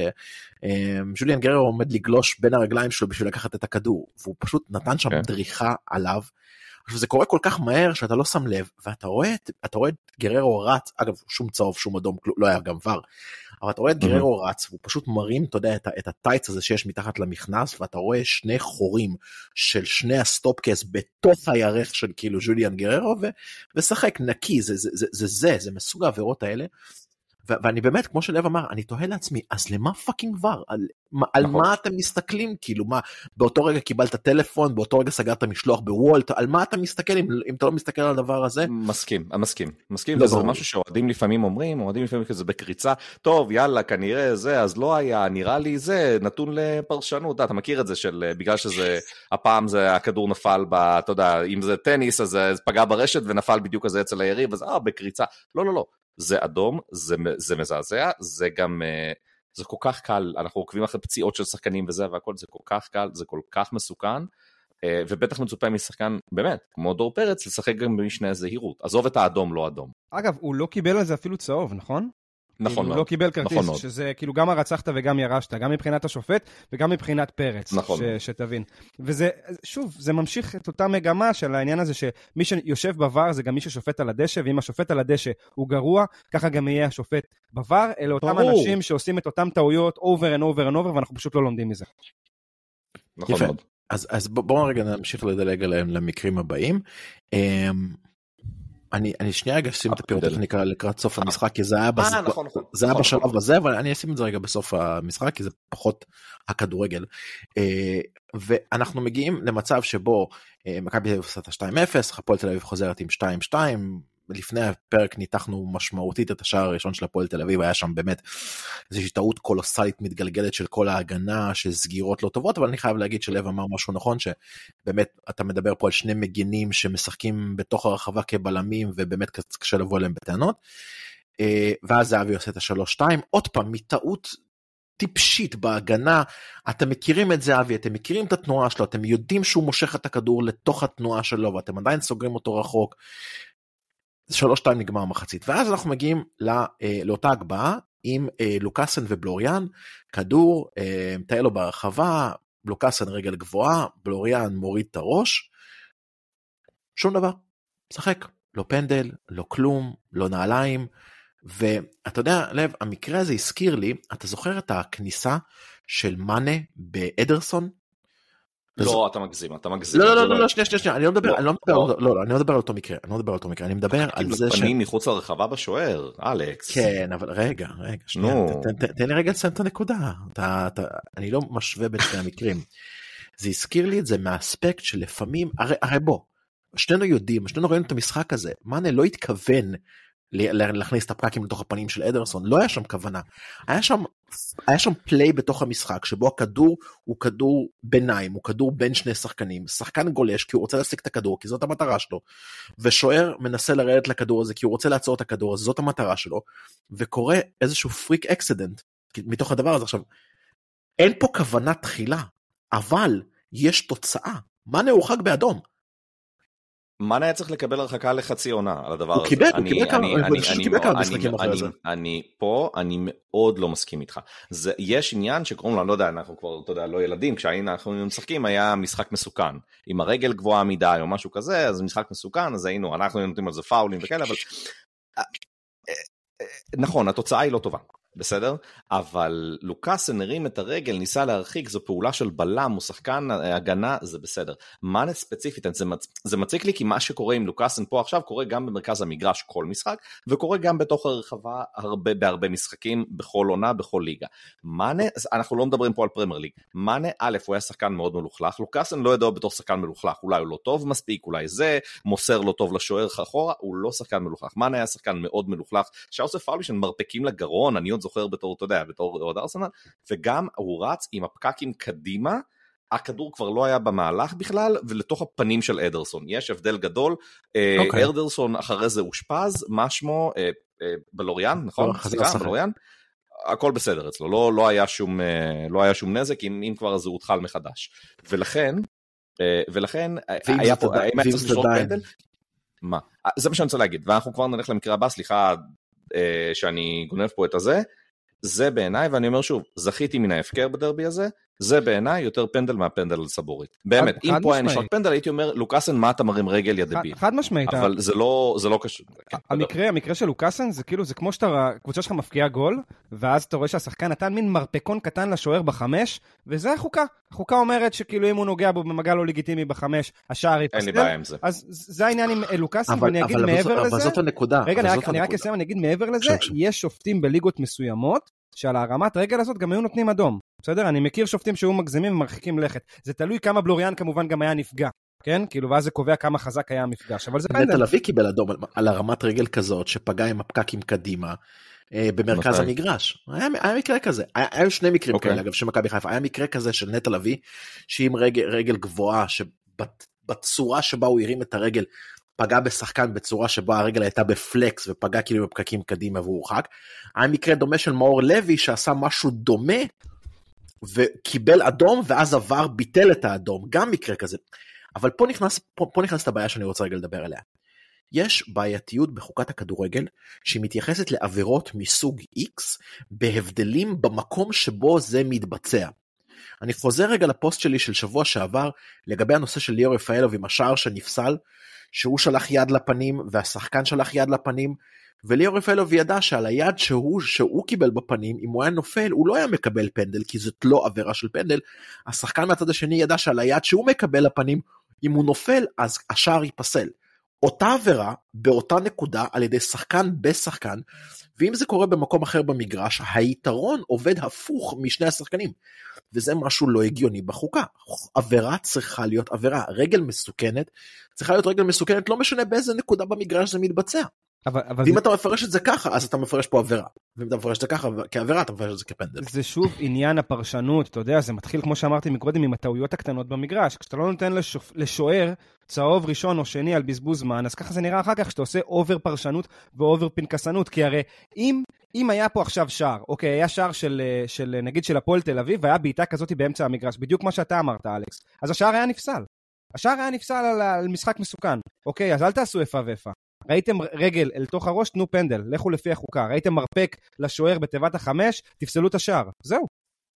שז'וליאן גררו עומד לגלוש בין הרגליים שלו בשביל לקחת את הכדור, והוא פשוט נתן שם דריכה עליו, עכשיו זה קורה כל כך מהר שאתה לא שם לב, ואתה רואה, אתה רואה את גררו רץ, אגב שום צהוב, שום אדום, לא היה גם ור, אבל אתה רואה את גררו רץ, והוא פשוט מרים, אתה יודע, את, את הטייץ הזה שיש מתחת למכנס, ואתה רואה שני חורים של שני הסטופקס בתוך הירך של כאילו ז'וליאן גררו, ו, ושחק נקי, זה זה, זה, זה, זה, זה מסוג העבירות האלה, ו- ואני באמת, כמו שלב אמר, אני תוהה לעצמי, אז למה פאקינג ור? על, על מה אתם מסתכלים? כאילו, מה, באותו רגע קיבלת טלפון, באותו רגע סגרת משלוח בוולט, על מה אתה מסתכל אם, אם אתה לא מסתכל על הדבר הזה? מסכים, מסכים, מסכים, וזה משהו שאוהדים לפעמים אומרים, אוהדים לפעמים כזה בקריצה, טוב, יאללה, כנראה זה, אז לא היה, נראה לי זה, נתון לפרשנות, אתה מכיר את זה של, בגלל שזה, הפעם זה, הכדור נפל ב, אתה יודע, אם זה טניס, אז זה פגע ברשת ונפל בדיוק הזה אצל היריב, אז אה, בקריצה, לא, לא, לא. זה אדום, זה, זה מזעזע, זה גם, זה כל כך קל, אנחנו עוקבים אחרי פציעות של שחקנים וזה והכל, זה כל כך קל, זה כל כך מסוכן, ובטח מצופה משחקן, באמת, כמו דור פרץ, לשחק גם במשנה זהירות, עזוב את האדום, לא אדום. אגב, הוא לא קיבל על זה אפילו צהוב, נכון? נכון מאוד. הוא לא קיבל כרטיס, נכון שזה כאילו גם הרצחת וגם ירשת, גם מבחינת השופט וגם מבחינת פרץ, נכון. ש, שתבין. וזה, שוב, זה ממשיך את אותה מגמה של העניין הזה שמי שיושב בוואר זה גם מי ששופט על הדשא, ואם השופט על הדשא הוא גרוע, ככה גם יהיה השופט בוואר, אלה אותם ברור. אנשים שעושים את אותם טעויות over and over and over, ואנחנו פשוט לא לומדים מזה. נכון מאוד. אז, אז בואו רגע נמשיך לדלג עליהם למקרים הבאים. אני, אני שנייה רגע אשים את הפירוטכניקה לקראת סוף המשחק, כי זה היה, בז... נכון, נכון, זה היה נכון, בשלב נכון. הזה, אבל אני אשים את זה רגע בסוף המשחק, כי זה פחות הכדורגל. ואנחנו מגיעים למצב שבו מכבי תל אביב עושה את ה-שתיים אפס, הפועל תל אביב חוזרת עם שתיים שתיים, לפני הפרק ניתחנו משמעותית את השער הראשון של הפועל תל אביב, היה שם באמת איזושהי טעות קולוסלית מתגלגלת של כל ההגנה, של סגירות לא טובות, אבל אני חייב להגיד שלב אמר משהו נכון, שבאמת אתה מדבר פה על שני מגינים שמשחקים בתוך הרחבה כבלמים, ובאמת קשה לבוא אליהם בטענות, ואז זהבי עושה את ה-שלוש שתיים, עוד פעם, מטעות טיפשית בהגנה, אתם מכירים את זהבי, אתם מכירים את התנועה שלו, אתם יודעים שהוא מושך את הכדור לתוך התנועה שלו, ואתם עדיין סוגרים אותו רחוק, שלוש שתיים נגמר המחצית, ואז אנחנו מגיעים לא, לאותה הגבהה, עם לוקאסן ובלוריאן, כדור, מטייל לו ברחבה, לוקאסן רגל גבוהה, בלוריאן מוריד את הראש, שום דבר, שחק, לא פנדל, לא כלום, לא נעליים, ואתה יודע, לב, המקרה הזה הזכיר לי, אתה זוכר את הכניסה של מנה באדרסון? לא, אתה מגזים, אתה מגזים. לא, לא, לא, לא, שנייה, שנייה, אני לא מדבר, אני לא מדבר, לא, לא, אני לא מדבר על אותו מקרה, אני לא מדבר על אותו מקרה, אני מדבר על זה ש... פנים מחוץ לרחבה בשוער, אלכס. כן, אבל רגע, רגע, שנייה, תן לי רגע לסיים את הנקודה, אני לא משווה בין שני המקרים. זה הזכיר לי את זה מהאספקט שלפעמים, הרי בוא, שנינו יודעים, שנינו ראינו את המשחק הזה, מנה לא התכוון להכניס את הפקקים לתוך הפנים של אדרסון, לא היה שם כוונה, היה שם, היה שם פליי בתוך המשחק, שבו הכדור הוא כדור ביניים, הוא כדור בין שני שחקנים, שחקן גולש כי הוא רוצה להשיג את הכדור, כי זאת המטרה שלו, ושוער מנסה לרדת לכדור הזה, כי הוא רוצה לעצור את הכדור הזה, זאת המטרה שלו, וקורה איזשהו פריק אקסידנט, מתוך הדבר הזה. עכשיו, אין פה כוונה תחילה, אבל יש תוצאה, מה נהורחק באדום? מנה היה צריך לקבל הרחקה לחצי עונה על הדבר הזה. הוא קיבל, הוא קיבל כמה, אני חושב שקיבל כמה משחקים אחרי זה. אני פה, אני מאוד לא מסכים איתך. יש עניין שקוראים לו, אני לא יודע, אנחנו כבר, אתה יודע, לא ילדים, כשאנחנו משחקים היה משחק מסוכן. עם הרגל גבוהה מדי או משהו כזה, אז משחק מסוכן, אז היינו, אנחנו נותנים על זה פאולים וכאלה, אבל... נכון, התוצאה היא לא טובה. בסדר? אבל לוקאסן הרים את הרגל, ניסה להרחיק, זו פעולה של בלם, הוא שחקן הגנה, זה בסדר. מה ספציפית, זה, מצ... זה מציק לי, כי מה שקורה עם לוקאסן פה עכשיו, קורה גם במרכז המגרש כל משחק, וקורה גם בתוך הרחבה הרבה, בהרבה משחקים, בכל עונה, בכל ליגה. מנה, אנחנו לא מדברים פה על פרמייר ליג, מנה, א', הוא היה שחקן מאוד מלוכלך, לוקאסן לא ידעו בתוך שחקן מלוכלך, אולי הוא לא טוב מספיק, אולי זה, מוסר לא טוב לשוער אחורה, הוא לא שחקן מלוכלך. מנה היה שחקן מאוד מלוכלך, שעושה פאולים שמרפקים לגרון, אני עוד זוכר בתור, אתה יודע, בתור עוד ארסנל, וגם הוא רץ עם הפקקים קדימה, הכדור כבר לא היה במהלך בכלל, ולתוך הפנים של אדרסון. יש הבדל גדול, okay. אדרסון אחרי זה הושפז, מה שמו, בלוריאן, נכון? סליחה, בלוריאן? הכל בסדר אצלו, לא, לא היה שום, לא היה שום נזק, אם, אם כבר זה הותחל מחדש. ולכן, ולכן, היה פה, היה צריך לשרות פנדל? מה? זה מה שאני רוצה להגיד, ואנחנו כבר נלך למקרה הבא, סליחה, שאני גונב פה את הזה, זה בעיניי, ואני אומר שוב, זכיתי מן ההפקר בדרבי הזה, זה בעיניי יותר פנדל מהפנדל על סבורית. באמת, אם פה היה נשאר פנדל, הייתי אומר, לוקאסן, מה אתה מרים רגל ידבי? חד משמעית. אבל זה לא, זה לא קשור. המקרה, המקרה של לוקאסן, זה כאילו, זה כמו שאתה, קבוצה שלך מפקיעה גול, ואז אתה רואה שהשחקן נתן מין מרפקון קטן לשוער בחמש, וזה החוקה. החוקה אומרת שכאילו אם הוא נוגע בו במגע לא לגיטימי בחמש, השער יפסל. אין לי בעיה עם זה. אז זה העניין עם לוקאסן, ואני אגיד מעבר לזה. אבל זאת הנקודה. רגע, אני רק אסיים, אני אגיד מעבר לזה, יש שופטים בליגות מסוימות שעל הרמת רגל הזאת גם היו נותנים אדום. בסדר? אני מכיר שופטים שהיו מגזימים ומרחיקים לכת. זה תלוי כמה בלוריאן כמובן גם היה נפגע. כן? כאילו, ואז זה קובע כמה חזק היה המפגש. אבל זה פנדל. נטע לביא קיבל אדום על הרמת רגל כזאת, שפגע עם הפקקים קדימה, במרכז המגרש. היה, היה מקרה כזה. היה, היו שני מקרים okay. כאלה, אגב, שמכבי חיפה. היה מקרה כזה של נטע לביא, שעם רגל, רגל גבוהה, שבצורה שבה הוא הרים את הרגל, פגע בשחקן בצורה שבה הרגל הייתה בפלקס, ופגע כאילו בפקקים קדימה והוא הורחק. היה מקרה דומה של מאור לוי, שעשה משהו דומה, וקיבל אדום, ואז עבר, ביטל את האדום. גם מקרה כזה. אבל פה נכנס, פה, פה נכנס את הבעיה שאני רוצה רגע לדבר עליה. יש בעייתיות בחוקת הכדורגל, שהיא מתייחסת לעבירות מסוג X, בהבדלים במקום שבו זה מתבצע. אני חוזר רגע לפוסט שלי של שבוע שעבר, לגבי הנושא של ליאור רפאלוב עם השער שנפסל, שהוא שלח יד לפנים, והשחקן שלח יד לפנים, וליאור רפאלוב ידע שעל היד שהוא, שהוא קיבל בפנים, אם הוא היה נופל, הוא לא היה מקבל פנדל, כי זאת לא עבירה של פנדל. השחקן מהצד השני ידע שעל היד שהוא מקבל לפנים, אם הוא נופל, אז השער ייפסל. אותה עבירה, באותה נקודה, על ידי שחקן בשחקן, ואם זה קורה במקום אחר במגרש, היתרון עובד הפוך משני השחקנים, וזה משהו לא הגיוני בחוקה. עבירה צריכה להיות עבירה, רגל מסוכנת, צריכה להיות רגל מסוכנת, לא משנה באיזה נקודה במגרש זה מתבצע. אבל, אבל ואם זה... אתה מפרש את זה ככה, אז אתה מפרש פה עבירה. ואם אתה מפרש את זה ככה, כעבירה, אתה מפרש את זה כפנדל. זה שוב עניין הפרשנות, אתה יודע, זה מתחיל, כמו שאמרתי מקודם, עם הטעויות הקטנות במגרש. כשאתה לא נותן לשופ... לשוער צהוב ראשון או שני על בזבוז זמן, אז ככה זה נראה אחר כך, שאתה עושה אובר פרשנות ואובר פנקסנות, כי הרי אם, אם היה פה עכשיו שער, אוקיי, היה שער של, של, נגיד של הפועל תל אביב, והיה בעיטה כזאת באמצע המגרש, בדיוק מה שאתה אמרת, אלכס. אז השער היה נפסל. השער היה נפסל על, על משחק מסוכן. אוקיי, אז אל תעשו איפה ואיפה. ראיתם רגל אל תוך הראש, תנו פנדל, לכו לפי החוקה. ראיתם מרפק לשוער בתיבת החמש, תפסלו את השער. זהו.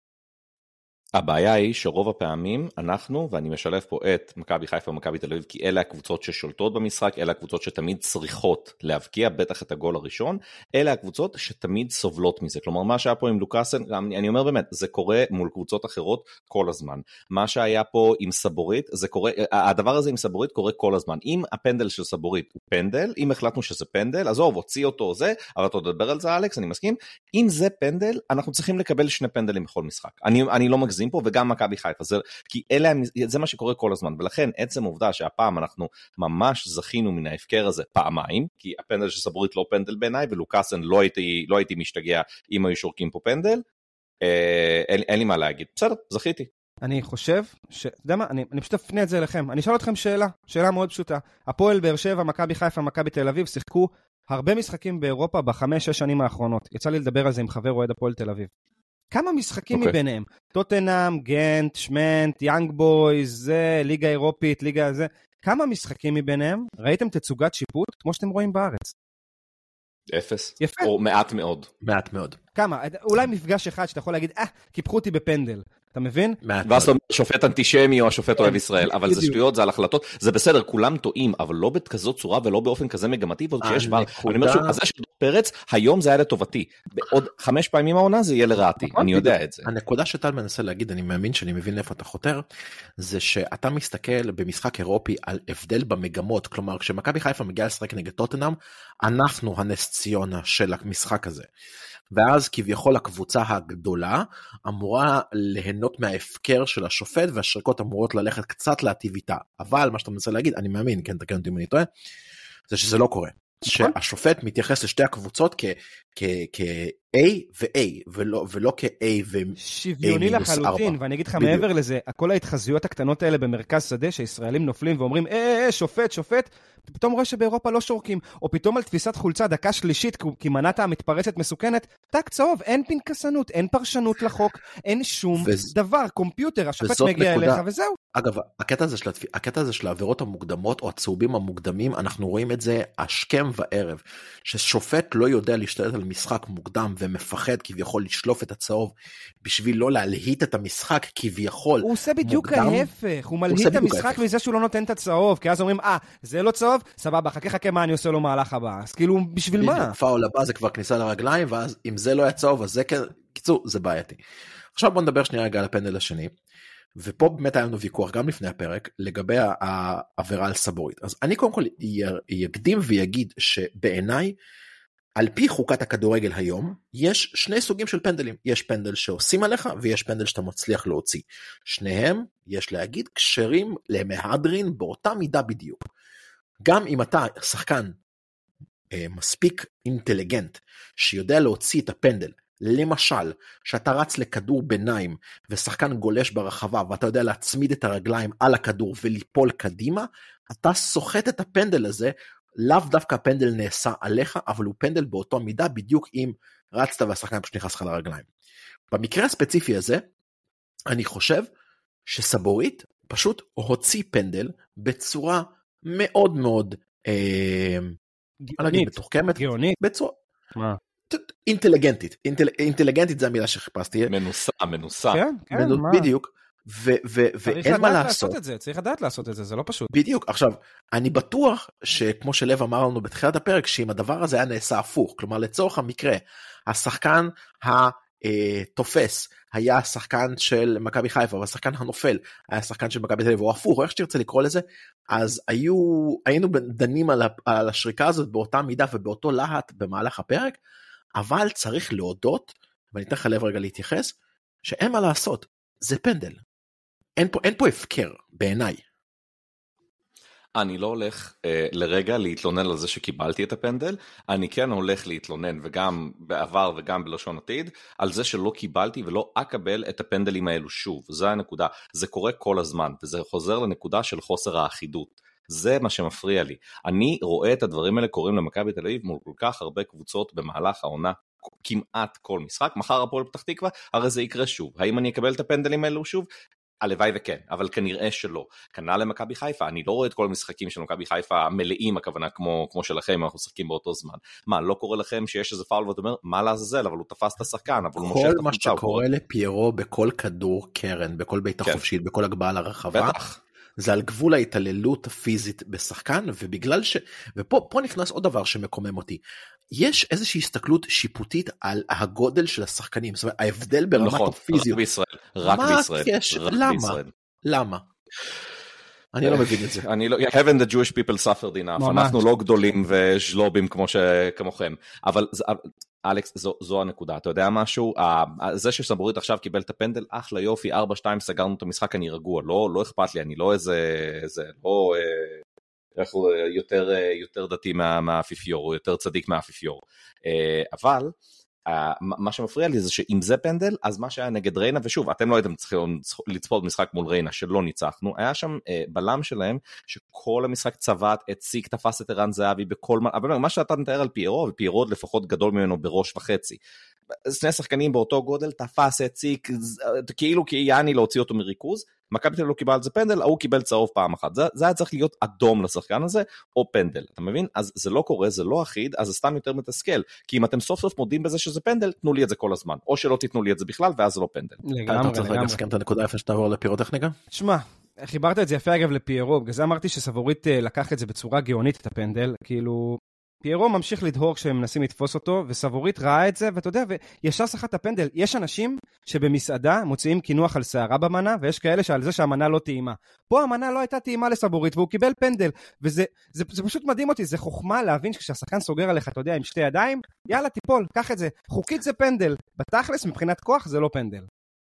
הבעיה היא שרוב הפעמים אנחנו, ואני משלב פה את מכבי חיפה ומכבי תל אביב, כי אלה הקבוצות ששולטות במשחק, אלה הקבוצות שתמיד צריכות להבקיע, בטח את הגול הראשון, אלה הקבוצות שתמיד סובלות מזה. כלומר, מה שהיה פה עם לוקאסן, אני אומר באמת, זה קורה מול קבוצות אחרות כל הזמן. מה שהיה פה עם סבורית, זה קורה, הדבר הזה עם סבורית קורה כל הזמן. אם הפנדל של סבורית הוא פנדל, אם החלטנו שזה פנדל, עזוב, הוציא אותו זה, אבל אתה תדבר על זה, אלכס, אני מסכים. אם זה פנדל, אנחנו צריכים לקבל שני פנדלים בכל משחק. אני, אני לא מגזים פה, וגם מכבי חיפה, זה, כי אלה, זה מה שקורה כל הזמן, ולכן עצם העובדה שהפעם אנחנו ממש זכינו מן ההפקר הזה פעמיים, כי הפנדל של סבורית לא פנדל בעיניי, ולוקאסן לא הייתי, לא הייתי משתגע אם היו שורקים פה פנדל, אה, אין, אין לי מה להגיד, בסדר, זכיתי. אני חושב, ש... אתה יודע מה, אני, אני פשוט אפנה את זה אליכם, אני אשאל אתכם שאלה, שאלה מאוד פשוטה, הפועל באר שבע, מכבי חיפה, מכבי תל אביב, שיחקו הרבה משחקים באירופה בחמש, שש שנים האחרונות, יצא לי לדבר על זה עם חבר אוהד הפועל תל אביב. כמה משחקים okay. מביניהם? טוטנהאם, גנט, שמנט, יאנג בויז, זה, ליגה אירופית, ליגה זה. כמה משחקים מביניהם? ראיתם תצוגת שיפוט כמו שאתם רואים בארץ? אפס. יפה. או מעט מאוד. מעט מאוד. כמה? אולי מפגש אחד שאתה יכול להגיד, אה, קיפחו אותי בפנדל. אתה מבין? ואז אתה אומר, שופט אנטישמי או השופט אוהב ישראל, אבל זה שטויות, זה על החלטות, זה בסדר, כולם טועים, אבל לא בכזאת צורה ולא באופן כזה מגמתי, ועוד כשיש דבר, אני אומר שוב, הזה של פרץ, היום זה היה לטובתי, בעוד חמש פעמים העונה זה יהיה לרעתי, אני יודע את זה. הנקודה שטל מנסה להגיד, אני מאמין שאני מבין איפה אתה חותר, זה שאתה מסתכל במשחק אירופי על הבדל במגמות, כלומר, כשמכבי חיפה מגיעה לשחק נגד טוטנהאם, אנחנו הנס ציונה של המשחק הזה. ואז כביכול הקבוצה הגדולה אמורה ליהנות מההפקר של השופט, והשריקות אמורות ללכת קצת להטיב איתה. אבל מה שאתה מנסה להגיד, אני מאמין, כן, תקן אותי אם אני טועה, זה שזה לא קורה. שהשופט מתייחס לשתי הקבוצות כ-A ו-A, ולא כ-A ו-A מינוס ארבע. שוויוני לחלוטין, ואני אגיד לך מעבר לזה, כל ההתחזויות הקטנות האלה במרכז שדה, שישראלים נופלים ואומרים, אה, אה, שופט, שופט, פתאום רואה שבאירופה לא שורקים, או פתאום על תפיסת חולצה דקה שלישית, כי מנת המתפרצת מסוכנת, טק צהוב, אין פנקסנות, אין פרשנות לחוק, אין שום דבר, קומפיוטר, השופט מגיע אליך וזהו. אגב, הקטע הזה של, הקטע הזה של העבירות המוקדמות, או הצהובים המוקדמים, אנחנו רואים את זה השכם וערב, ששופט לא יודע להשתלט על משחק מוקדם, ומפחד כביכול לשלוף את הצהוב, בשביל לא להלהיט את המשחק כביכול. הוא עושה בדיוק ההפך, הוא מלהיט את המשחק מזה שהוא לא נותן את הצהוב, כי אז אומרים, אה, זה לא צהוב, סבבה, חכה חכה מה אני עושה לו מהלך הבא, אז כאילו, בשביל מה? פאול הבא זה כבר כניסה לרגליים, ואז אם זה לא היה צהוב, אז זה קיצור, זה בעייתי. עכשיו בוא נדבר שנייה רגע על הפנדל השני, ופה באמת היה לנו ויכוח גם לפני הפרק, לגבי העבירה על סבורית. אז אני קודם כל יקדים ויגיד שבעיניי, על פי חוקת הכדורגל היום, יש שני סוגים של פנדלים. יש פנדל שעושים עליך, ויש פנדל שאתה מצליח להוציא. שניהם, יש להגיד, קשרים למהדרין באותה מידה בדיוק. גם אם אתה שחקן אה, מספיק אינטליגנט, שיודע להוציא את הפנדל, למשל, שאתה רץ לכדור ביניים, ושחקן גולש ברחבה, ואתה יודע להצמיד את הרגליים על הכדור, וליפול קדימה, אתה סוחט את הפנדל הזה, לאו דווקא הפנדל נעשה עליך, אבל הוא פנדל באותו מידה, בדיוק אם רצת והשחקן פשוט נכנס לך לרגליים. במקרה הספציפי הזה, אני חושב שסבורית פשוט הוציא פנדל בצורה מאוד מאוד אה, גאונית, מתוחכמת, גאונית. בצורה מה? אינטליגנטית, אינטל, אינטליגנטית זה המילה שחיפשתי. מנוסה, מנוסה. כן, כן, מנוס, מה? בדיוק. ו- ו- ואין מה לעשות. את זה, צריך לדעת לעשות את זה, זה לא פשוט. בדיוק, עכשיו, אני בטוח שכמו שלב אמר לנו בתחילת הפרק, שאם הדבר הזה היה נעשה הפוך, כלומר לצורך המקרה, השחקן התופס היה השחקן של מכבי חיפה, והשחקן הנופל היה השחקן של מכבי תל אביב, או הפוך, או איך שתרצה לקרוא לזה, אז היו, היינו דנים על, על השריקה הזאת באותה מידה ובאותו להט במהלך הפרק, אבל צריך להודות, ואני אתן לך לב רגע להתייחס, שאין מה לעשות, זה פנדל. אין פה, אין פה הפקר, בעיניי. אני לא הולך אה, לרגע להתלונן על זה שקיבלתי את הפנדל, אני כן הולך להתלונן, וגם בעבר וגם בלשון עתיד, על זה שלא קיבלתי ולא אקבל את הפנדלים האלו שוב. זה הנקודה, זה קורה כל הזמן, וזה חוזר לנקודה של חוסר האחידות. זה מה שמפריע לי. אני רואה את הדברים האלה קורים למכבי תל אביב מול כל כך הרבה קבוצות במהלך העונה, כמעט כל משחק. מחר הפועל פתח תקווה, הרי זה יקרה שוב. האם אני אקבל את הפנדלים האלו שוב? הלוואי וכן, אבל כנראה שלא. כנ"ל למכבי חיפה, אני לא רואה את כל המשחקים של מכבי חיפה מלאים, הכוונה כמו, כמו שלכם, אנחנו משחקים באותו זמן. מה, לא קורה לכם שיש איזה פאול ואתה אומר, מה לעזאזל, אבל הוא תפס את השחקן, אבל הוא מושך את החוצה. כל מה שקורה לפיירו בכל כדור קרן, בכל בית החופשית, בכל הגבהה לרחבה, זה על גבול ההתעללות הפיזית בשחקן, ובגלל ש... ופה פה נכנס עוד דבר שמקומם אותי. יש איזושהי הסתכלות שיפוטית על הגודל של השחקנים, זאת אומרת, ההבדל ברמת נכון, הפיזיות. רק בישראל, רק בישראל. רק למה? בישראל. למה? אני לא מבין את זה. אני לא, haven't the Jewish people suffered enough, אנחנו לא גדולים וז'לובים כמו שכמוכם, אבל אלכס, זו, זו הנקודה, אתה יודע משהו? זה שסבורית עכשיו קיבל את הפנדל, אחלה יופי, ארבע שתיים, סגרנו את המשחק, אני רגוע, לא, לא אכפת לי, אני לא איזה, איזה, לא, איך הוא יותר, יותר דתי מה, מהאפיפיור, הוא יותר צדיק מהאפיפיור, אבל, מה שמפריע לי זה שאם זה פנדל, אז מה שהיה נגד ריינה, ושוב, אתם לא הייתם צריכים לצפות משחק מול ריינה, שלא ניצחנו, היה שם בלם שלהם, שכל המשחק צבט, הציק, תפס את ערן זהבי בכל, אבל מה שאתה מתאר על פיירו, ופיירו לפחות גדול ממנו בראש וחצי, שני שחקנים באותו גודל, תפס, הציק, כאילו כי יעני להוציא אותו מריכוז, מכבי תל אביב לא קיבל על זה פנדל, הוא קיבל צהוב פעם אחת, זה, זה היה צריך להיות אדום לשחקן הזה, או פנדל, אתה מבין? אז זה לא קורה, זה לא אחיד, אז זה סתם יותר מתסכל, כי אם אתם סוף סוף מודים בזה שזה פנדל, תנו לי את זה כל הזמן, או שלא תיתנו לי את זה בכלל, ואז זה לא פנדל. לגמרי, אתה צריך רגע לסכם את הנקודה איפה שתעבור לפירוטכניקה? שמע, חיברת את זה יפה אגב לפיירו, בגלל זה אמרתי שסבורית לקח את זה בצורה גאונית את הפנדל, כאילו פיירו ממשיך לדהור כשהם מנסים לתפוס אותו, וסבורית ראה את זה, ואתה יודע, וישר שחט את הפנדל. יש אנשים שבמסעדה מוציאים כינוח על שערה במנה, ויש כאלה שעל זה שהמנה לא טעימה. פה המנה לא הייתה טעימה לסבורית, והוא קיבל פנדל, וזה זה, זה פשוט מדהים אותי, זה חוכמה להבין שכשהשחקן סוגר עליך, אתה יודע, עם שתי ידיים, יאללה, תיפול, קח את זה. חוקית זה פנדל, בתכלס, מבחינת כוח, זה לא פנדל.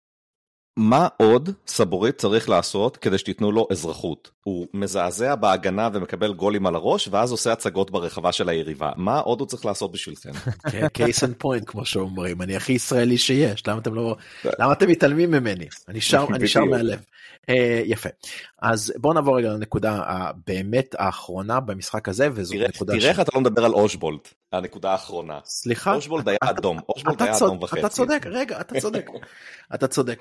מה עוד סבורית צריך לעשות כדי שתיתנו לו אזרחות? הוא מזעזע בהגנה ומקבל גולים על הראש, ואז עושה הצגות ברחבה של היריבה. מה עוד הוא צריך לעשות בשבילכם? קייס אנד פוינט, כמו שאומרים. אני הכי ישראלי שיש. למה אתם לא... למה אתם מתעלמים ממני? אני שר מהלב. יפה. אז בואו נעבור רגע לנקודה הבאמת האחרונה במשחק הזה, וזו נקודה... תראה איך אתה לא מדבר על אושבולט, הנקודה האחרונה. סליחה? אושבולט היה אדום. אושבולט היה אדום וחצי. אתה צודק, רגע, אתה צודק. אתה צודק.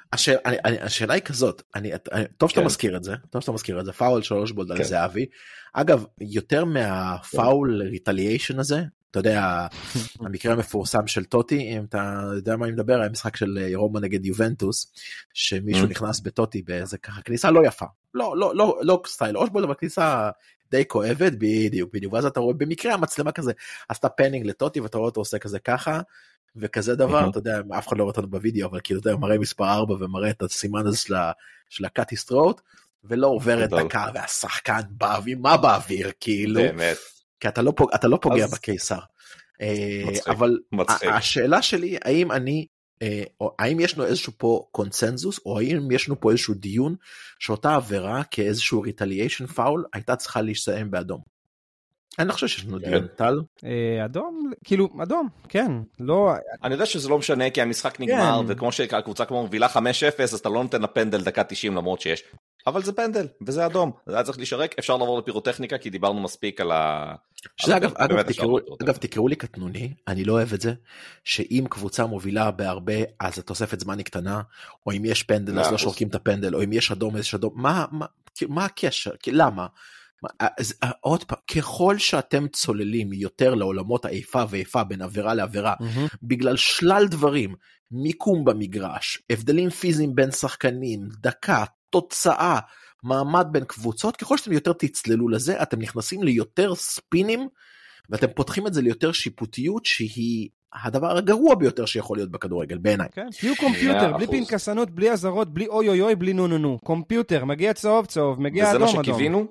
השאלה היא כזאת, טוב שאתה מזכיר את זה, טוב שאתה מזכיר את זה, פאול של אושבולט על זהבי. אגב, יותר מהפאול ריטליישן הזה, אתה יודע, המקרה המפורסם של טוטי, אם אתה יודע מה אני מדבר, היה משחק של רומא נגד יובנטוס, שמישהו נכנס בטוטי באיזה ככה, כניסה לא יפה, לא, לא, לא, לא סטייל אושבולט, אבל כניסה די כואבת, בדיוק, בדיוק, ואז אתה רואה, במקרה המצלמה כזה, עשתה פנינג לטוטי, ואתה רואה אותו עושה כזה ככה, וכזה דבר, אתה יודע, אף אחד לא רואה אותנו בווידאו, אבל כאילו, אתה יודע, מראה מספר ארבע, ומראה את הסימן הזה של הקאטיסטרוט, ולא עוברת דקה, והשחקן באוויר, מה באוויר, כאילו, באמת. כי אתה לא, פוג, אתה לא פוגע אז... בקיסר. מצחיק, אבל מצחיק. השאלה שלי, האם אני, או האם ישנו איזשהו פה קונצנזוס, או האם ישנו פה איזשהו דיון, שאותה עבירה כאיזשהו ריטליאשן פאול, הייתה צריכה להסתיים באדום. אני לא חושב שיש לנו דיון, טל. אדום, כאילו, אדום, כן. לא... אני יודע שזה לא משנה, כי המשחק נגמר, וכמו שהקבוצה כמו מובילה חמש אפס, אז אתה לא נותן לפנדל דקה תשעים, למרות שיש. אבל זה פנדל, וזה אדום. זה היה צריך להישרק, אפשר לעבור לפירוטכניקה, כי דיברנו מספיק על ה... שזה אגב, אגב, תקראו, אגב, תקראו לי קטנוני, אני לא אוהב את זה, שאם קבוצה מובילה בהרבה, אז התוספת זמן היא קטנה, או אם יש פנדל, אז לא שורקים את הפנדל, או אם יש אדום, יש אדום. מה, מה, מה הקשר? למה? אז עוד פעם, ככל שאתם צוללים יותר לעולמות האיפה ואיפה בין עבירה לעבירה, mm-hmm. בגלל שלל דברים, מיקום במגרש, הבדלים פיזיים בין שחקנים, דקה, תוצאה, מעמד בין קבוצות, ככל שאתם יותר תצללו לזה, אתם נכנסים ליותר ספינים, ואתם פותחים את זה ליותר שיפוטיות, שהיא הדבר הגרוע ביותר שיכול להיות בכדורגל, בעיניי. כן, תהיו קומפיוטר, בלי פנקסנות, בלי עזרות, בלי אוי אוי אוי, בלי נו נו נו. קומפיוטר, מגיע צהוב צהוב, מגיע אדום אדום. וזה מה שקיווינו,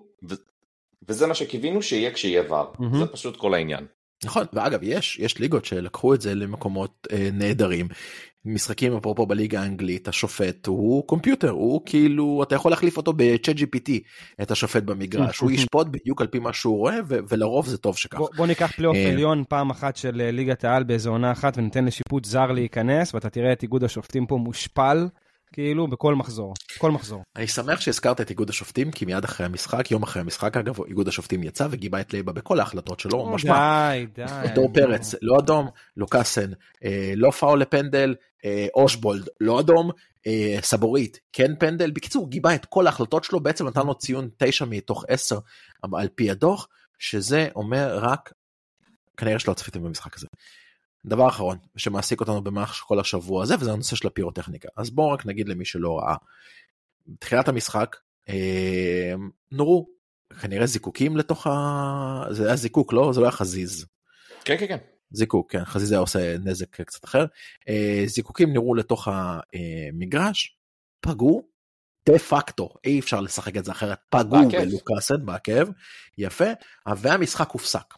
וזה מה שקיווינו שיהיה כשיהיה ור. זה פשוט כל העניין. נכון, ואגב, יש, יש ליגות שלקחו את זה למקומות אה, נהדרים. משחקים אפרופו בליגה האנגלית, השופט הוא קומפיוטר, הוא כאילו, אתה יכול להחליף אותו ב-צ'אט ג'י פי טי, את השופט במגרש, הוא ישפוט בדיוק על פי מה שהוא רואה, ו- ולרוב זה טוב שכך. בוא, בוא ניקח פלייאוף עליון פעם אחת של ליגת העל באיזו עונה אחת, וניתן לשיפוט זר להיכנס, ואתה תראה את איגוד השופטים פה מושפל, כאילו בכל מחזור, כל מחזור. אני שמח שהזכרת את איגוד השופטים, כי מיד אחרי המשחק, יום אחרי המשחק, אגב, איגוד השופטים יצא וגיבה את לייבה בכל ההחלטות שלו, משמע. די, די. דור פרץ, לא אדום, לוקאסן, לא פאול לפנדל, אושבולד, לא אדום, אה, סבורית, כן פנדל, בקיצור גיבה את כל ההחלטות שלו, בעצם נתן לו ציון תשע מתוך עשר על פי הדוח, שזה אומר רק, כנראה שלא צפיתם במשחק הזה. דבר אחרון, שמעסיק אותנו במהלך כל השבוע הזה, וזה הנושא של הפירוטכניקה. אז בואו רק נגיד למי שלא ראה. בתחילת המשחק, אה, נורו, כנראה זיקוקים לתוך ה... זה היה זיקוק, לא? זה לא היה חזיז. כן, כן, כן. זיקוק, כן, חזיז היה עושה נזק קצת אחר. אה, זיקוקים נראו לתוך המגרש, פגעו, דה פקטו, אי אפשר לשחק את זה אחרת, פגעו בלוקאסן, בעקב, יפה, והמשחק הופסק.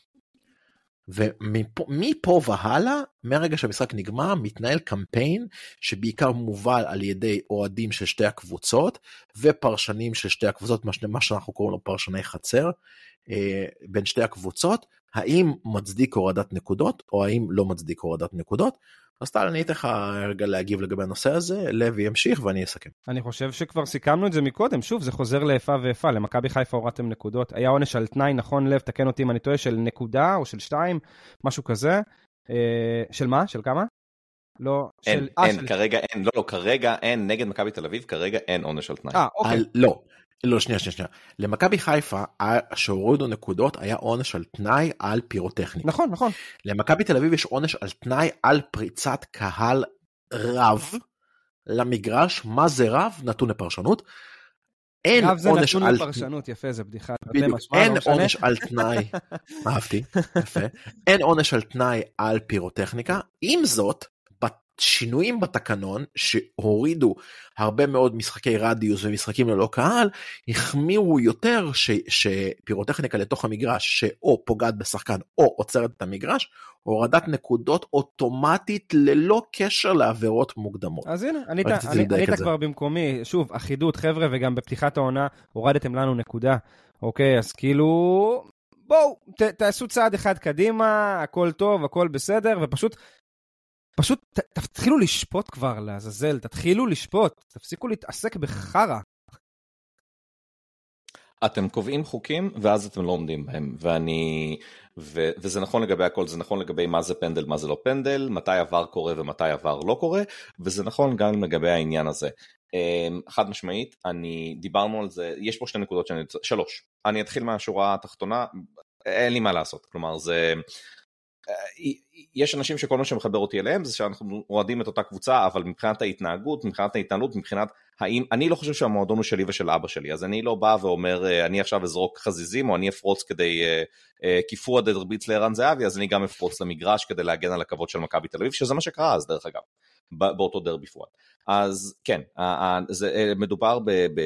ומפה והלאה, מהרגע שהמשחק נגמר, מתנהל קמפיין שבעיקר מובל על ידי אוהדים של שתי הקבוצות, ופרשנים של שתי הקבוצות, מה שאנחנו קוראים לו פרשני חצר, בין שתי הקבוצות, האם מצדיק הורדת נקודות, או האם לא מצדיק הורדת נקודות. אז טל, אני אתך רגע להגיב לגבי הנושא הזה, לוי ימשיך ואני אסכם. אני חושב שכבר סיכמנו את זה מקודם, שוב, זה חוזר לאיפה ואיפה, למכבי חיפה הורדתם נקודות, היה עונש על תנאי, נכון לב, תקן אותי אם אני טועה, של נקודה או של שתיים, משהו כזה, אה, של מה? של כמה? לא, אין, של... אין, 아, של... כרגע אין, לא, לא, כרגע אין, נגד מכבי תל אביב, כרגע אין עונש על תנאי. אה, אוקיי. על, לא. לא, שנייה, שנייה, שנייה. למכבי חיפה, שהורידו נקודות, היה עונש על תנאי על פירוטכניקה. נכון, נכון. למכבי תל אביב יש עונש על תנאי על פריצת קהל רב למגרש. מה זה רב? נתון לפרשנות. אין רב זה עונש נתון על... לפרשנות, יפה, זה בדיחה. בדיוק, אין עונש על תנאי, אהבתי, יפה. אין עונש על תנאי על פירוטכניקה. עם זאת, שינויים בתקנון שהורידו הרבה מאוד משחקי רדיוס ומשחקים ללא קהל, החמירו יותר ש, שפירוטכניקה לתוך המגרש שאו פוגעת בשחקן או עוצרת את המגרש, הורדת נקודות אוטומטית ללא קשר לעבירות מוקדמות. אז הנה, ענית, ענית כבר במקומי, שוב, אחידות חבר'ה, וגם בפתיחת העונה הורדתם לנו נקודה, אוקיי, אז כאילו... בואו, ת, תעשו צעד אחד קדימה, הכל טוב, הכל בסדר, ופשוט פשוט ת, תתחילו לשפוט כבר לעזאזל, תתחילו לשפוט, תפסיקו להתעסק בחרה. אתם קובעים חוקים, ואז אתם לא עומדים בהם, ואני, ו, וזה נכון לגבי הכל, זה נכון לגבי מה זה פנדל, מה זה לא פנדל, מתי עבר קורה ומתי עבר לא קורה, וזה נכון גם לגבי העניין הזה. חד משמעית, אני, דיברנו על זה, יש פה שתי נקודות שאני, שלוש, אני אתחיל מהשורה התחתונה, אין לי מה לעשות, כלומר זה... יש אנשים שכל מה שמחבר אותי אליהם זה שאנחנו אוהדים את אותה קבוצה, אבל מבחינת ההתנהגות, מבחינת ההתנהלות, מבחינת האם, אני לא חושב שהמועדון הוא שלי ושל אבא שלי, אז אני לא בא ואומר, אני עכשיו אזרוק חזיזים, או אני אפרוץ כדי, כיפור עד הרביץ לערן זהבי, אז אני גם אפרוץ למגרש כדי להגן על הכבוד של מכבי תל אביב, שזה מה שקרה אז דרך אגב, באותו דרבי פואד. אז כן, זה מדובר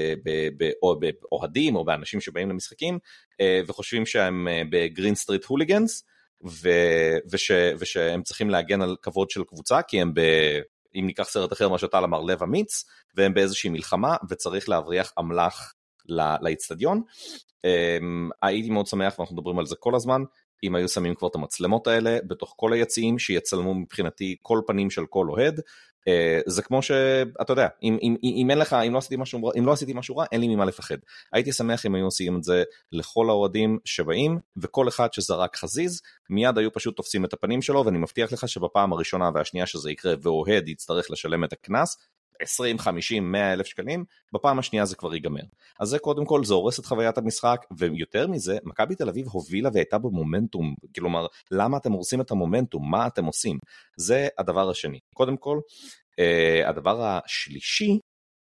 באוהדים או באנשים שבאים למשחקים, וחושבים שהם בגרין סטריט הוליגנס, ו- וש- ושהם צריכים להגן על כבוד של קבוצה, כי הם, ב- אם ניקח סרט אחר מה שאתה אמר, לב אמיץ, והם באיזושהי מלחמה, וצריך להבריח אמל"ח לאצטדיון. הייתי מאוד שמח, ואנחנו מדברים על זה כל הזמן, אם היו שמים כבר את המצלמות האלה, בתוך כל היציעים, שיצלמו מבחינתי כל פנים של כל אוהד, זה כמו שאתה יודע, אם, אם, אם אין לך, אם לא עשיתי משהו, אם לא עשיתי משהו רע, אין לי ממה לפחד. הייתי שמח אם היו עושים את זה לכל האוהדים שבאים, וכל אחד שזרק חזיז, מיד היו פשוט תופסים את הפנים שלו, ואני מבטיח לך שבפעם הראשונה והשנייה שזה יקרה, ואוהד יצטרך לשלם את הכנס, עשרים, חמישים, מאה אלף שקלים, בפעם השנייה זה כבר ייגמר. אז זה קודם כל, זה הורס את חוויית המשחק, ויותר מזה, מכבי תל אביב הובילה והייתה במומנטום, כלומר, למה אתם הורסים את המומנטום? מה אתם עושים? זה הדבר השני. קודם כל, הדבר השלישי,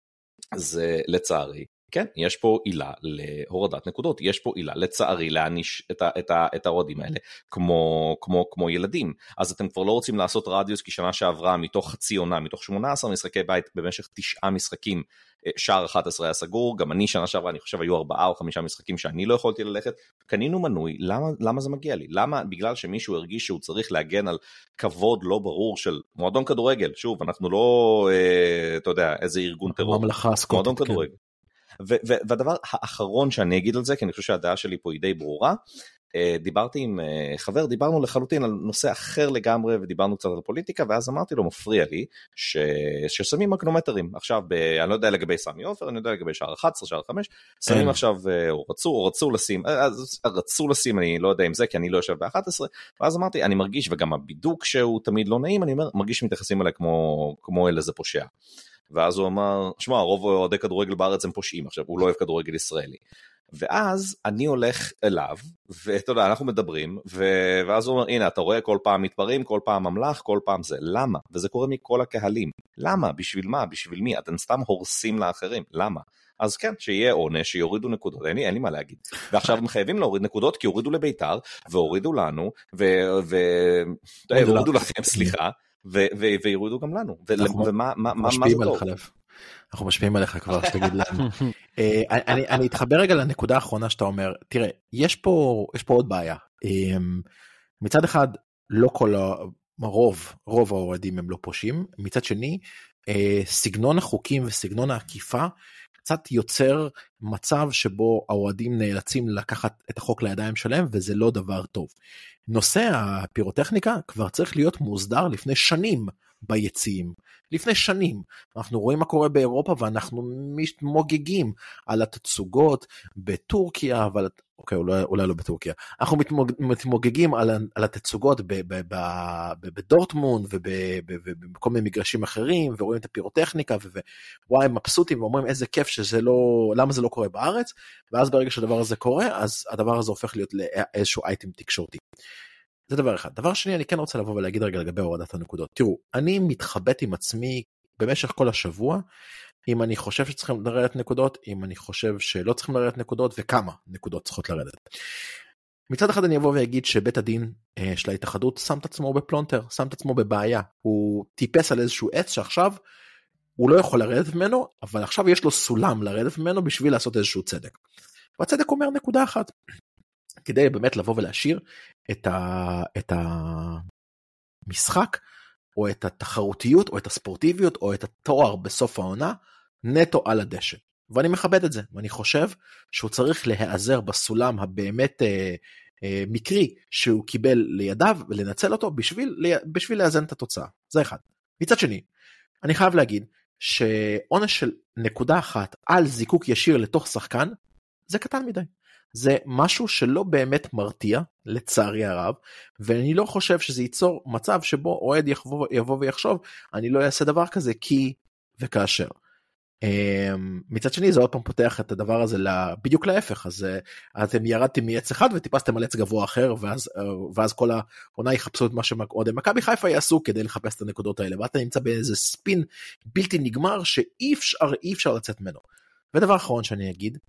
זה לצערי, כן, יש פה עילה להורדת נקודות, יש פה עילה לצערי להעניש את, ה, את, ה, את ההורדים האלה, כמו, כמו, כמו ילדים. אז אתם כבר לא רוצים לעשות רדיוס, כי שנה שעברה מתוך חצי עונה, מתוך שמונה עשרה משחקי בית, במשך תשעה משחקים, שער אחת עשרה היה סגור, גם אני שנה שעברה, אני חושב היו ארבעה או חמישה משחקים שאני לא יכולתי ללכת, קנינו מנוי, למה, למה זה מגיע לי? למה? בגלל שמישהו הרגיש שהוא צריך להגן על כבוד לא ברור של מועדון כדורגל, שוב, אנחנו לא, אה, אתה יודע, איזה ארגון טרור, מועדון כדורגל. והדבר האחרון שאני אגיד על זה, כי אני חושב שהדעה שלי פה היא די ברורה, דיברתי עם חבר, דיברנו לחלוטין על נושא אחר לגמרי, ודיברנו קצת על פוליטיקה, ואז אמרתי לו, מפריע לי, ששמים מגנומטרים, עכשיו, אני לא יודע לגבי סמי עופר, אני יודע לגבי שער אחת עשרה, שער חמש, שמים עכשיו, או רצו, או רצו לשים, רצו לשים, אני לא יודע אם זה, כי אני לא יושב ב-אחת עשרה, ואז אמרתי, אני מרגיש, וגם הבידוק שהוא תמיד לא נעים, אני אומר, מרגיש שמתייחסים אליי כמו אל איזה פושע. ואז הוא אמר, שמע, רוב אוהדי כדורגל בארץ הם פושעים, עכשיו הוא לא אוהב כדורגל ישראלי. ואז אני הולך אליו, ואתה יודע, אנחנו מדברים, ו- ואז הוא אומר, הנה, אתה רואה כל פעם מתפרעים, כל פעם ממלך, כל פעם זה. למה? וזה קורה מכל הקהלים. למה? בשביל מה? בשביל מי? אתם סתם הורסים לאחרים. למה? אז כן, שיהיה עונש, שיורידו נקודות, אין לי, אין לי מה להגיד. ועכשיו הם חייבים להוריד נקודות, כי הורידו לביתר, והורידו לנו, והורידו לכם, סליחה, ויורידו גם לנו. ומה זה טוב? אנחנו משפיעים עליך כבר, שתגיד לנו. אני אתחבר רגע לנקודה האחרונה שאתה אומר, תראה, יש פה עוד בעיה. מצד אחד, לא כל הרוב, רוב האוהדים הם לא פושעים, מצד שני, סגנון החוקים וסגנון העקיפה, קצת יוצר מצב שבו האוהדים נאלצים לקחת את החוק לידיים שלהם, וזה לא דבר טוב. נושא הפירוטכניקה כבר צריך להיות מוסדר לפני שנים ביציעים. לפני שנים. אנחנו רואים מה קורה באירופה, ואנחנו מתמוגגים על התצוגות בטורקיה, אבל, אוקיי, אולי, אולי לא בטורקיה. אנחנו מתמוג, מתמוגגים על, על התצוגות ב, ב, ב, ב, בדורטמונד, ובכל מיני מגרשים אחרים, ורואים את הפירוטכניקה, ווואי, הם מבסוטים, ואומרים איזה כיף שזה לא, למה זה לא קורה בארץ, ואז ברגע שהדבר הזה קורה, אז הדבר הזה הופך להיות לאיזשהו אייטם תקשורתי. זה דבר אחד. דבר שני, אני כן רוצה לבוא ולהגיד רגע לגבי הורדת הנקודות. תראו, אני מתחבט עם עצמי במשך כל השבוע, אם אני חושב שצריכים לרדת נקודות, אם אני חושב שלא צריכים לרדת נקודות, וכמה נקודות צריכות לרדת. מצד אחד אני אבוא ואגיד שבית הדין אה, של ההתאחדות שם את עצמו בפלונטר, שם את עצמו בבעיה. הוא טיפס על איזשהו עץ שעכשיו הוא לא יכול לרדת ממנו, אבל עכשיו יש לו סולם לרדת ממנו בשביל לעשות איזשהו צדק. והצדק אומר נקודה אחת. כדי באמת לבוא ולהשאיר את, ה, את המשחק, או את התחרותיות, או את הספורטיביות, או את התואר בסוף העונה, נטו על הדשא. ואני מכבד את זה, ואני חושב שהוא צריך להיעזר בסולם הבאמת אה, אה, מקרי, שהוא קיבל לידיו, ולנצל אותו בשביל, בשביל לאזן את התוצאה. זה אחד. מצד שני, אני חייב להגיד, שעונש של נקודה אחת, על זיקוק ישיר לתוך שחקן, זה קטן מדי. זה משהו שלא באמת מרתיע, לצערי הרב, ואני לא חושב שזה ייצור מצב שבו אוהד יבוא, יבוא ויחשוב, אני לא אעשה דבר כזה כי וכאשר. מצד שני זה עוד פעם פותח את הדבר הזה בדיוק להפך, אז אתם ירדתם מעץ אחד וטיפסתם על עץ גבוה אחר, ואז, ואז כל העונה יחפשו את מה שעוד מכבי חיפה יעשו כדי לחפש את הנקודות האלה, ואתה נמצא באיזה ספין בלתי נגמר שאי אפשר, אי אפשר לצאת ממנו. ודבר אחרון שאני אגיד,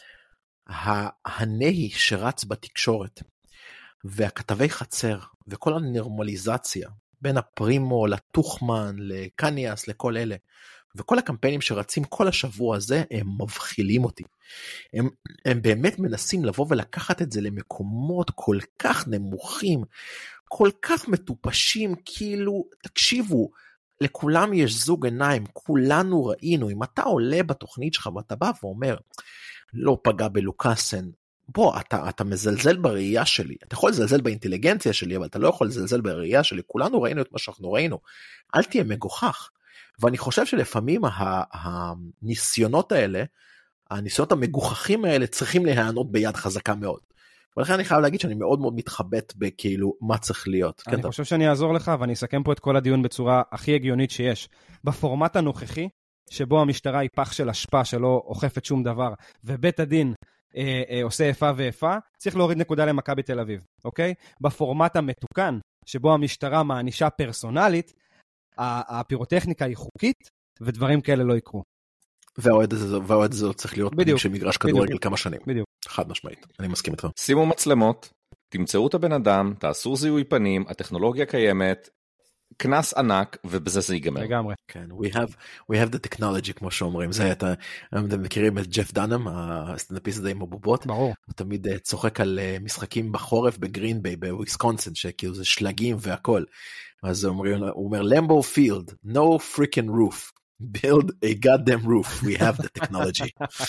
הנהי שרץ בתקשורת והכתבי חצר וכל הנורמליזציה בין הפרימו לטוחמן לקניאס לכל אלה וכל הקמפיינים שרצים כל השבוע הזה הם מבחילים אותי. הם, הם באמת מנסים לבוא ולקחת את זה למקומות כל כך נמוכים, כל כך מטופשים, כאילו תקשיבו, לכולם יש זוג עיניים, כולנו ראינו, אם אתה עולה בתוכנית שלך ואתה בא ואומר לא פגע בלוקאסן, בוא, אתה, אתה מזלזל בראייה שלי, אתה יכול לזלזל באינטליגנציה שלי, אבל אתה לא יכול לזלזל בראייה שלי, כולנו ראינו את מה שאנחנו ראינו, אל תהיה מגוחך, ואני חושב שלפעמים הניסיונות האלה, הניסיונות המגוחכים האלה, צריכים להיענות ביד חזקה מאוד, ולכן אני חייב להגיד שאני מאוד מאוד מתחבט בכאילו מה צריך להיות. אני כן, חושב שאני אעזור לך, ואני אסכם פה את כל הדיון בצורה הכי הגיונית שיש, בפורמט הנוכחי, שבו המשטרה היא פח של השפעה שלא אוכפת שום דבר, ובית הדין אה, אה, עושה איפה ואיפה, צריך להוריד נקודה למכבי תל אביב, אוקיי? בפורמט המתוקן, שבו המשטרה מענישה פרסונלית, הפירוטכניקה היא חוקית, ודברים כאלה לא יקרו. והאוהד הזה, והאוהד הזה צריך להיות שמגרש כדורגל כמה שנים. בדיוק. חד משמעית, אני מסכים איתך. שימו מצלמות, תמצאו את הבן אדם, תעשו זיהוי פנים, הטכנולוגיה קיימת, כנס ענק, ובזה זה ייגמר. לגמרי. כן, we have, we have the technology, כמו שאומרים. זה, אתה, אתם מכירים את ג'ף דאנם, הסטנדאפיסט הזה עם הבובות? ברור. הוא תמיד צוחק על משחקים בחורף בגרין ביי, בוויסקונסין, שכאילו זה שלגים והכל. אז הוא אומר, הוא אומר, למבו פילד, no freaking roof, build a goddamn roof, we have the technology.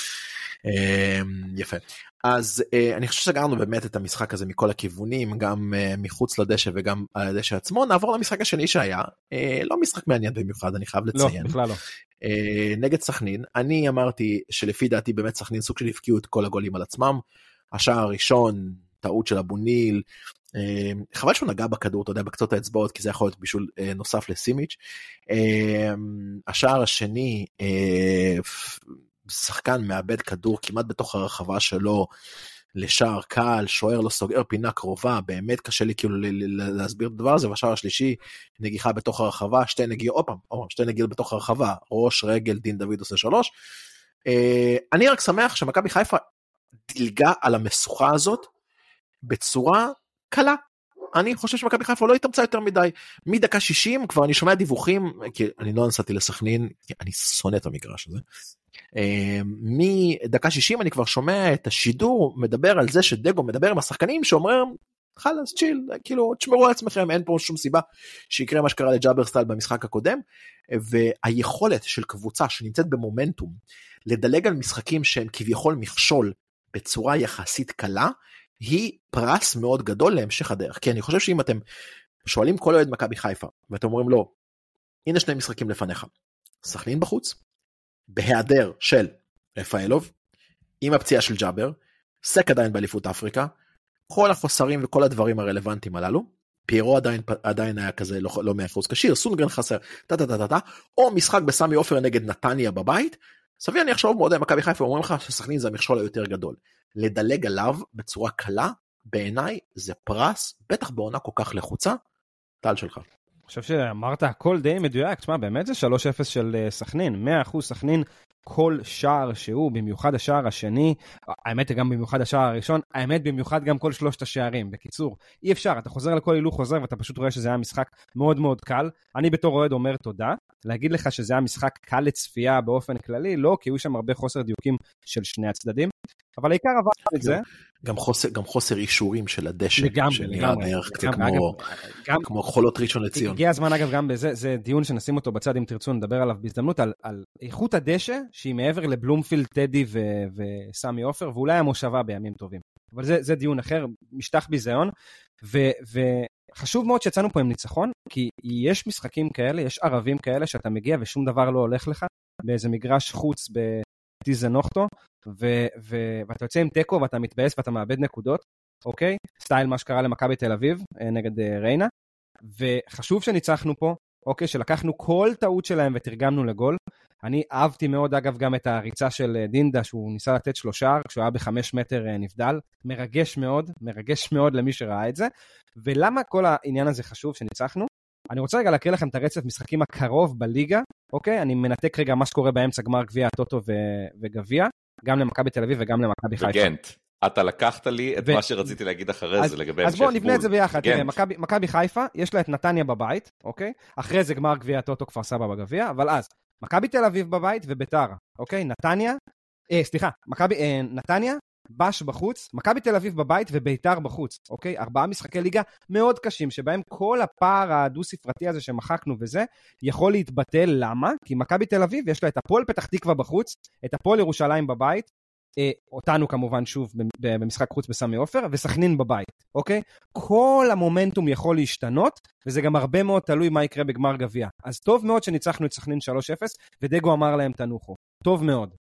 יפה. אז אני חושב שסגרנו באמת את המשחק הזה מכל הכיוונים, גם מחוץ לדשא וגם על הדשא עצמו. נעבור למשחק השני שהיה, לא משחק מעניין במיוחד, אני חייב לציין. לא, בכלל לא. נגד סכנין, אני אמרתי שלפי דעתי באמת סכנין סוג של הפקיעו את כל הגולים על עצמם, השער הראשון, טעות של אבו ניל, חבל שהוא נגע בכדור, אתה יודע, בקצות האצבעות, כי זה יכול להיות בישול נוסף לסימיץ'. השער השני, שחקן מאבד כדור כמעט בתוך הרחבה שלו, לשער קל, שוער לא סוגר פינה קרובה, באמת קשה לי כאילו להסביר את הדבר הזה, והשער השלישי, נגיחה בתוך הרחבה, שתי נגיעות, עוד פעם, שתי נגיעות בתוך הרחבה, ראש, רגל, דין דוד עושה שלוש. אני רק שמח שמכבי חיפה דילגה על המשוכה הזאת, בצורה קלה. אני חושב שמכבי חיפה לא התאמצה יותר מדי. מדקה שישים, כבר אני שומע דיווחים, כי אני לא נסעתי לסכנין, אני שונא את המגרש הזה. מדקה שישים אני כבר שומע את השידור, מדבר על זה שדגו מדבר עם השחקנים, שאומר, חלס, צ'יל, כאילו, תשמרו על עצמכם, אין פה שום סיבה שיקרה מה שקרה לג'אברסטל במשחק הקודם, והיכולת של קבוצה שנמצאת במומנטום, לדלג על משחקים שהם כביכול מכשול, בצורה יחסית קלה, היא פרס מאוד גדול להמשך הדרך. כי אני חושב שאם אתם שואלים כל אוהד מכבי חיפה, ואתם אומרים לו, הנה שני משחקים לפניך, סכנין בחוץ, בהיעדר של רפאלוב, עם הפציעה של ג'אבר, סק עדיין באליפות אפריקה, כל החוסרים וכל הדברים הרלוונטיים הללו, פירו עדיין, עדיין היה כזה לא, לא מאה אחוז כשיר, סונגרן חסר, טה, טה, טה, טה, או משחק בסמי עופר נגד נתניה בבית, סביר אני אחשוב מאוד, מכבי חיפה אומרים לך שסכנין זה המכשול היותר גדול. לדלג עליו בצורה קלה, בעיניי זה פרס, בטח בעונה כל כך לחוצה, טל שלך. אני חושב שאמרת הכל די מדויק, תשמע, באמת זה שלוש אפס של סכנין, מאה אחוז סכנין, כל שער שהוא, במיוחד השער השני, האמת גם במיוחד השער הראשון, האמת במיוחד גם כל שלושת השערים, בקיצור, אי אפשר, אתה חוזר לכל הילוך חוזר, ואתה פשוט רואה שזה היה משחק מאוד מאוד קל, אני בתור אוהד אומר תודה, להגיד לך שזה היה משחק קל לצפייה באופן כללי, לא, כי היו שם הרבה חוסר דיוקים של שני הצדדים, אבל העיקר עבר את זה. גם חוסר, גם חוסר אישורים של הדשא, שנראה בערך קצת כמו חולות ראשון לציון. הגיע הזמן אגב גם בזה, זה דיון שנשים אותו בצד אם תרצו, נדבר עליו בהזדמנות, על, על איכות הדשא, שהיא מעבר לבלומפילד, טדי ו- וסמי עופר, ואולי המושבה בימים טובים. אבל זה, זה דיון אחר, משטח ביזיון, ו- וחשוב מאוד שיצאנו פה עם ניצחון, כי יש משחקים כאלה, יש ערבים כאלה, שאתה מגיע ושום דבר לא הולך לך, באיזה מגרש חוץ בטיזה נוחטו, ו- ו- ואתה יוצא עם טקו, ואתה מתבאס ואתה מאבד נקודות, אוקיי? סטייל מה שקרה למכבי תל אביב, נגד ריינה, וחשוב שניצחנו פה, אוקיי, שלקחנו כל טעות שלהם ותרגמנו לגול. אני אהבתי מאוד אגב גם את הריצה של דינדה, שהוא ניסה לתת שלושה, כשהוא היה בחמש מטר נבדל, מרגש מאוד, מרגש מאוד למי שראה את זה, ולמה כל העניין הזה חשוב שניצחנו? אני רוצה רגע להקריא לכם את הרצף משחקים הקרוב בליגה, אוקיי? אני מנתק רגע מה שקורה באמצע גמר גביע הטוטו ו- וגביע, גם למכבי תל אביב וגם למכבי חיפה. וגנט, אתה לקחת לי את ו... מה שרציתי להגיד אחרי אז, זה לגבי אז המשך בול. אז בואו נבנה את זה ביחד, תראה, מכבי, מכבי חיפה, יש לה את נתניה בבית, אוקיי? אחרי זה גמר גביע הטוטו כפר סבא בגביע, אבל אז, מכבי תל אביב בבית וביתר, אוקיי? נתניה, אה, סליחה, מכבי, אה, נתניה, בש בחוץ, מכבי תל אביב בבית וביתר בחוץ, אוקיי? ארבעה משחקי ליגה מאוד קשים, שבהם כל הפער הדו-ספרתי הזה שמחקנו וזה, יכול להתבטל, למה? כי מכבי תל אביב יש לה את הפועל פתח תקווה בחוץ, את הפועל ירושלים בבית, אה, אותנו כמובן שוב במשחק חוץ בסמי עופר, וסכנין בבית, אוקיי? כל המומנטום יכול להשתנות, וזה גם הרבה מאוד תלוי מה יקרה בגמר גביע. אז טוב מאוד שניצחנו את סכנין שלוש אפס, ודגו אמר להם תנוחו. טוב מאוד.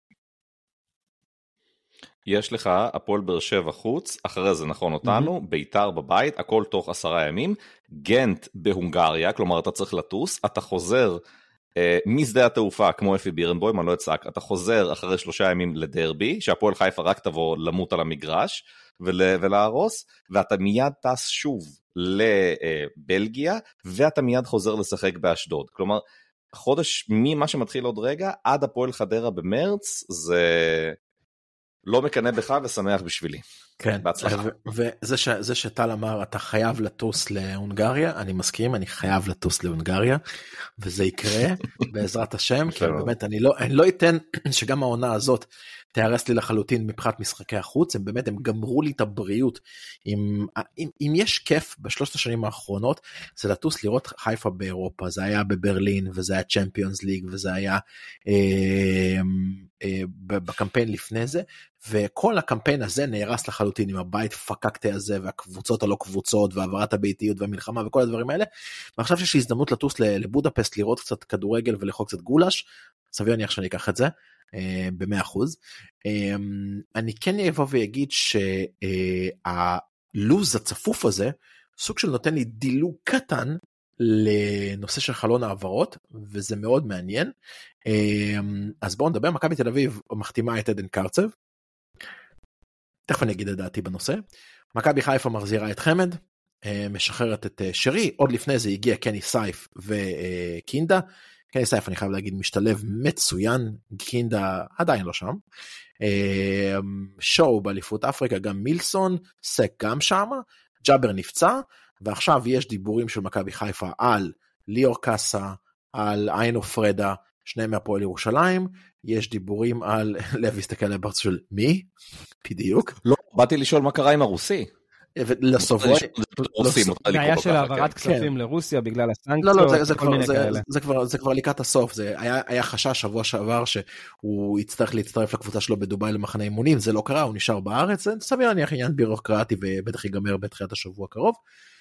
יש לך הפועל באר שבע חוץ, אחרי זה נכון אותנו, mm-hmm. ביתר בבית, הכל תוך עשרה ימים, גנט בהונגריה, כלומר אתה צריך לטוס, אתה חוזר אה, משדה התעופה, כמו אפי בירנבוים, אני לא אצעק, אתה חוזר אחרי שלושה ימים לדרבי, שהפועל חיפה רק תבוא למות על המגרש, ול, ולהרוס, ואתה מיד טס שוב לבלגיה, ואתה מיד חוזר לשחק באשדוד, כלומר, חודש ממה שמתחיל עוד רגע, עד הפועל חדרה במרץ, זה... לא מקנה בך ושמח בשבילי. כן, בהצלחה. וזה ש, זה שטל אמר, אתה חייב לטוס להונגריה, אני מסכים, אני חייב לטוס להונגריה, וזה יקרה בעזרת השם, כי באמת אני לא, אני לא אתן שגם העונה הזאת תארס לי לחלוטין מבחינת משחקי החוץ, הם באמת, הם גמרו לי את הבריאות, אם, אם, אם יש כיף בשלושת השנים האחרונות, זה לטוס לראות חיפה באירופה, זה היה בברלין, וזה היה צ'מפיונס ליג, וזה היה אה, אה, בקמפיין לפני זה, וכל הקמפיין הזה נהרס לחלוטין עם הבית פקקטי הזה, והקבוצות הלא קבוצות, והעברת הביתיות והמלחמה וכל הדברים האלה, ועכשיו שיש לי הזדמנות לטוס לבודפסט, לראות קצת כדורגל ולאכול קצת גולש, סביר אני איך שאני אקח את זה, במאה אחוז. אני כן אבוא ויגיד הלוז הצפוף הזה, סוג של נותן לי דילוג קטן, לנושא של חלון העברות, וזה מאוד מעניין. אז בואו נדבר, מכבי תל אביב מחתימה את עדן קרצב, תכף אני אגיד את דעתי בנושא. מכבי חיפה מחזירה את חמד, משחררת את שרי, עוד לפני זה הגיע קני סייף וקינדה, קני סייף אני חייב להגיד משתלב מצוין, קינדה עדיין לא שם, שואו באליפות אפריקה גם מילסון, סק גם שם, ג'אבר נפצע, ועכשיו יש דיבורים של מכבי חיפה על ליאור קאסה, על איינו פרדה, שניהם מהפועל ירושלים, יש דיבורים על, לב הסתכל לברץ של מי? בדיוק. לא, באתי לשאול מה קרה עם הרוסי. לסוף, זה היה של העברת כספים לרוסיה בגלל הסנקציות. לא, לא, זה כבר לקראת הסוף, זה היה חשש שבוע שעבר שהוא יצטרך להצטרף לקבוצה שלו בדובאי למחנה אימונים, זה לא קרה, הוא נשאר בארץ, זה סביר להניח עניין בירוקרטי ובטח ייגמר בתחילת השבוע הקרוב,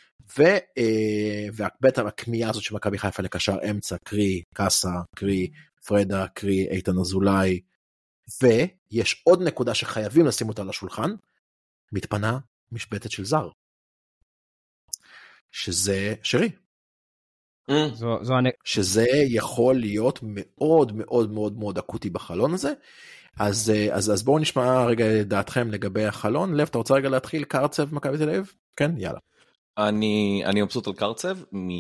ובטח הקמייה הזאת של מכבי חיפה לקשר אמצע, קרי קאסה, קרי פרדה, קרי איתן אזולאי, ויש עוד נקודה שחייבים לשים אותה על השולחן, מתפנה משבטת של זר, שזה שרי. זו, זו אני... שזה יכול להיות מאוד מאוד מאוד מאוד אקוטי בחלון הזה, אז, אז, אז בואו נשמע רגע דעתכם לגבי החלון. לב, אתה רוצה רגע להתחיל קרצב מכבי תל אביב? כן, יאללה. אני, אני מבסוט על קרצב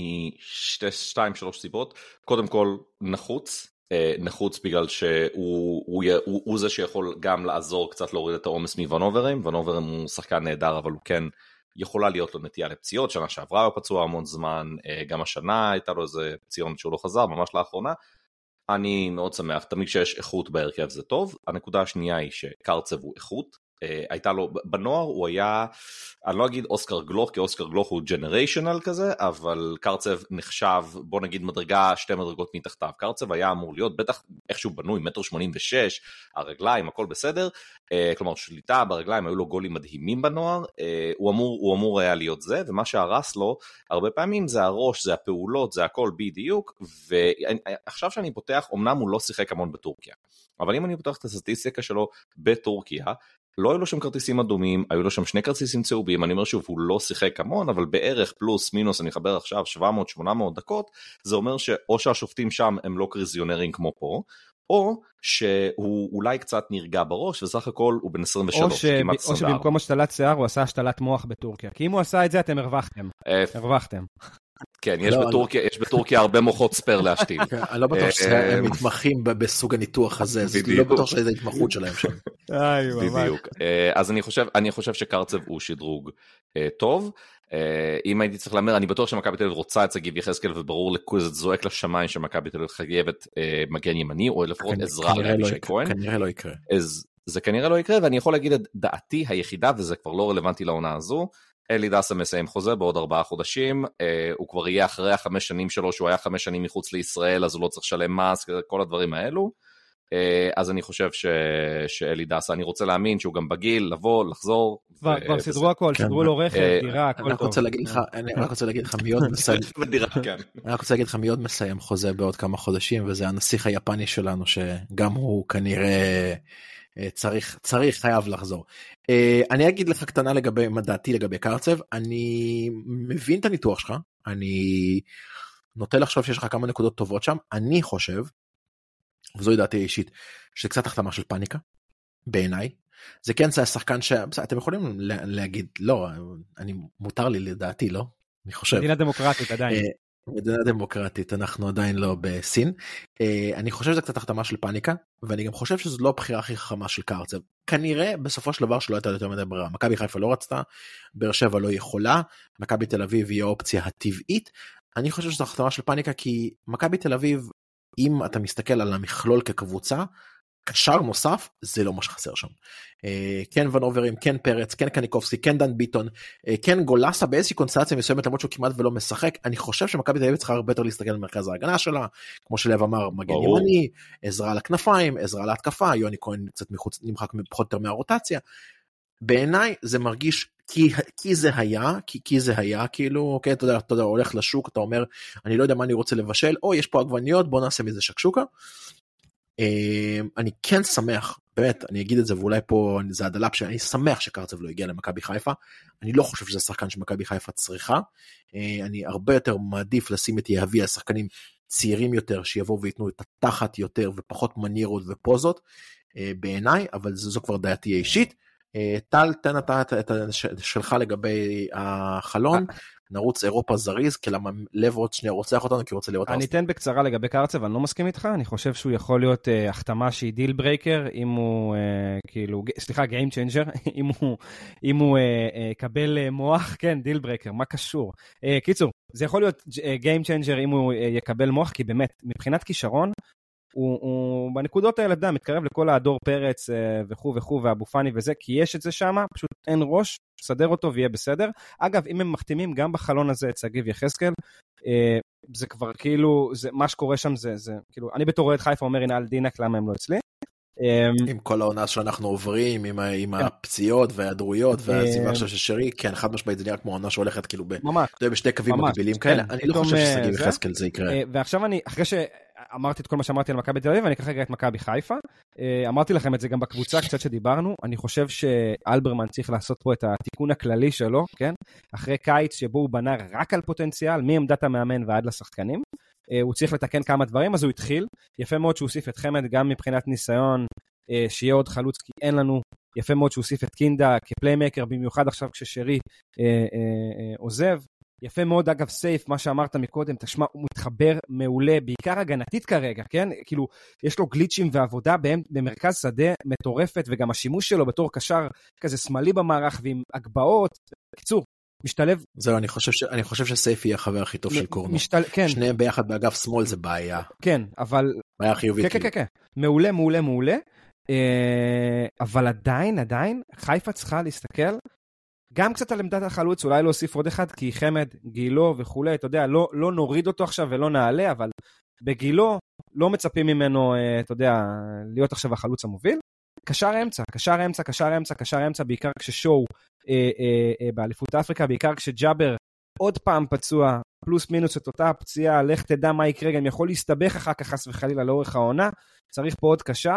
משתי, שתיים, שלוש סיבות. קודם כל, נחוץ. נחוץ בגלל שהוא הוא, הוא, הוא זה שיכול גם לעזור קצת להוריד את העומס מוונוברים. ונוברים הוא שחקן נהדר, אבל הוא כן יכולה להיות לו נטייה לפציעות. שנה שעברה הוא פצוע המון זמן, גם השנה הייתה לו איזה פציון שהוא לא חזר, ממש לאחרונה. אני מאוד שמח, תמיד שיש איכות בהרכב זה טוב. הנקודה השנייה היא שקרצב הוא איכות. הייתה לו, בנוער הוא היה, אני לא אגיד אוסקר גלוך, כי אוסקר גלוך הוא ג'נריישנל כזה, אבל קרצב נחשב, בוא נגיד מדרגה, שתי מדרגות מתחתיו. קרצב היה אמור להיות, בטח איכשהו בנוי, מטר שמונים ושש, הרגליים, הכל בסדר, כלומר שליטה ברגליים, היו לו גולים מדהימים בנוער, הוא אמור, הוא אמור היה להיות זה, ומה שהרס לו, הרבה פעמים זה הראש, זה הפעולות, זה הכל בדיוק, ועכשיו שאני פותח, אמנם הוא לא שיחק המון בטורקיה, אבל אם אני פותח את הסטטיסטיקה שלו בטורקיה, לא היו לו שם כרטיסים אדומים, היו לו שם שני כרטיסים צהובים, אני אומר שוב, הוא לא שיחק המון, אבל בערך פלוס מינוס, אני אחבר עכשיו שבע מאות שמונה מאות דקות, זה אומר שאו שהשופטים שם הם לא קריזיונרים כמו פה, או שהוא אולי קצת נרגע בראש, וסך הכל הוא בן עשרים ושלוש, כמעט עשרים וארבע. או שבמקום השתלת שיער הוא עשה השתלת מוח בטורקיה, כי אם הוא עשה את זה אתם הרווחתם, הרווחתם. כן, יש בטורקיה, יש בטורקיה הרבה מוחות ספר להשתיל. אני לא בטוח שהם מתמחים בסוג הניתוח הזה, לא בטוח שזה התמחות שלהם שם. בדיוק. אז אני חושב, אני חושב שקרצב הוא שדרוג טוב. אם הייתי צריך לאמר, אני בטוח שמכבי תל אביב רוצה את שגיב יחזקאל, וברור לכול זה זועק לשמיים שמכבי תל אביב חייבת מגן ימני, או לפחות עזרה לאבישי כהן. כנראה לא יקרה. זה כנראה לא יקרה, ואני יכול להגיד את דעתי היחידה, וזה כבר לא רלוונטי לעונה הזו, אלי דסה מסיים חוזה בעוד ארבעה חודשים, הוא כבר יהיה אחרי החמש שנים שלו, שהוא היה חמש שנים מחוץ לישראל, אז הוא לא צריך לשלם מס, כל הדברים האלו, אז אני חושב שאלי דסה, אני רוצה להאמין שהוא גם בגיל, לבוא, לחזור. כבר סידרו הכל, סידרו לו רכב, דירה, הכל טוב. אני רק רוצה להגיד לך מי עוד מסיים, אני רק רוצה להגיד לך מי עוד מסיים חוזה בעוד כמה חודשים, וזה הנסיך היפני שלנו, שגם הוא כנראה צריך, צריך, חייב לחזור. אני אגיד לך קטנה לגבי, דעתי לגבי קרצב, אני מבין את הניתוח שלך, אני נוטה לחשוב שיש לך כמה נקודות טובות שם, אני חושב, וזוהי דעתי אישית, שקצת החתמה של פאניקה, בעיניי, זה כן זה השחקן שאתם יכולים להגיד, לא, אני מותר לי לדעתי, לא? אני חושב. מדינה דמוקרטית עדיין. מדינה דמוקרטית, אנחנו עדיין לא בסין. אני חושב שזה קצת החתמה של פאניקה, ואני גם חושב שזו לא הבחירה הכי חכמה של קרצב. כנראה בסופו של דבר שלא הייתה יותר מדי ברירה. מכבי חיפה לא רצתה, באר שבע לא יכולה, מכבי תל אביב היא האופציה הטבעית. אני חושב שזו החתמה של פאניקה, כי מכבי תל אביב, אם אתה מסתכל על המכלול כקבוצה, קשר נוסף, זה לא מה שחסר שם. כן ונוברים, כן פרץ, כן קניקובסקי, כן דן ביטון, כן גולסה באיזושהי קונסטלציה מסוימת, למרות שהוא כמעט ולא משחק. אני חושב שמכבי תל אביב צריכה הרבה יותר להסתכל על מרכז ההגנה שלה, כמו שלב אמר, מגן ימני, עזרה על הכנפיים, עזרה להתקפה, יוני כהן קצת מחוץ, נמחק פחות יותר מהרוטציה. בעיניי זה מרגיש, כי, כי זה היה, כי, כי זה היה, כאילו, אוקיי, אתה יודע, אתה יודע, הולך לשוק, אתה אומר, אני לא יודע מה אני רוצה לבשל, או יש פה עגבניות, בוא נעשה מזה שקשוקה. אני כן שמח באמת, אני אגיד את זה, ואולי פה זה הדלאפ שאני שמח שקרצב לא הגיע למכבי חיפה, אני לא חושב שזה שחקן שמכבי חיפה צריכה, אני הרבה יותר מעדיף לשים את יהבי על שחקנים צעירים יותר, שיבואו ויתנו את התחת יותר, ופחות מניירות ופוזות, בעיניי, אבל זו כבר דעתי האישית. טל, תן אתה את שלך לגבי החלון, נרוץ אירופה זריז, כי למה לב עוד שנייה רוצח אותנו, כי הוא רוצה לראות... אני אתן בקצרה לגבי קרצב, אני לא מסכים איתך, אני חושב שהוא יכול להיות uh, החתמה שהיא דיל ברייקר, אם הוא, uh, כאילו, סליחה, גיים צ'יינג'ר, אם הוא, אם הוא uh, uh, קבל uh, מוח, כן, דיל ברייקר, מה קשור? Uh, קיצור, זה יכול להיות גיים צ'יינג'ר אם הוא uh, יקבל מוח, כי באמת, מבחינת כישרון, הוא, הוא בנקודות האלה, דם, מתקרב לכל הדור פרץ uh, וכו' וכו' ואבו פני וזה, כי יש את זה שם, פשוט אין ראש, סדר אותו ויהיה בסדר. אגב, אם הם מחתימים גם בחלון הזה את סגיב יחזקאל, uh, זה כבר כאילו, זה, מה שקורה שם זה, זה, כאילו, אני בתור רואה את חיפה אומר, הנה על דינק, למה הם לא אצלי? עם כל העונה שאנחנו עוברים, עם, עם הפציעות וההיעדרויות והעזיבה של שרי, כן, חד משמעית זה נראה כמו עונה שהולכת כאילו בשתי קווים מקבילים כאלה, אני לא חושב שסגיב יחזקאל זה יקרה. ועכשיו אני, אחרי שאמרתי את כל מה שאמרתי על מכבי תל אביב, אני אקח רגע את מכבי חיפה, אמרתי לכם את זה גם בקבוצה קצת שדיברנו, אני חושב שאלברמן צריך לעשות פה את התיקון הכללי שלו, כן? אחרי קיץ שבו הוא בנה רק על פוטנציאל, מעמדת המאמן ועד לשחקנים, הוא צריך לתקן כמה דברים, אז הוא התחיל, יפה מאוד שהוא הוסיף את חמד גם מבחינת ניסיון, שיהיה עוד חלוץ, כי אין לנו, יפה מאוד שהוא הוסיף את קינדה כפליימקר, במיוחד עכשיו כששרי אה, אה, אה, עוזב, יפה מאוד אגב סייף, מה שאמרת מקודם, תשמע, הוא מתחבר מעולה, בעיקר הגנתית כרגע, כן? כאילו, יש לו גליצ'ים ועבודה במרכז שדה מטורפת, וגם השימוש שלו בתור קשר כזה שמאלי במערך, ועם הגבעות, בקיצור, משתלב. זהו, אני חושב ש... אני חושב שסייף יהיה החבר הכי טוב של קורנו. משתל... כן. שניהם ביחד באגף שמאל זה בעיה. כן, אבל... בעיה חיובית. כן, כן, כן. מעולה, מעולה, מעולה. אבל עדיין, עדיין, חיפה צריכה להסתכל גם קצת על עמדת החלוץ, אולי להוסיף עוד אחד, כי חמד, גילו וכולי, אתה יודע, לא, לא נוריד אותו עכשיו ולא נעלה, אבל בגילו לא מצפים ממנו, אתה יודע, להיות עכשיו החלוץ המוביל. קשר אמצע, קשר אמצע, קשר אמצע, קשר אמצע, בעיקר כששואו אה, אה, אה, באליפות אפריקה, בעיקר כשג'אבר עוד פעם פצוע, פלוס מינוס את אותה פציעה, לך תדע מה יקרה, גם יכול להסתבך אחר כך חס וחלילה לאורך העונה, צריך פה עוד קשר,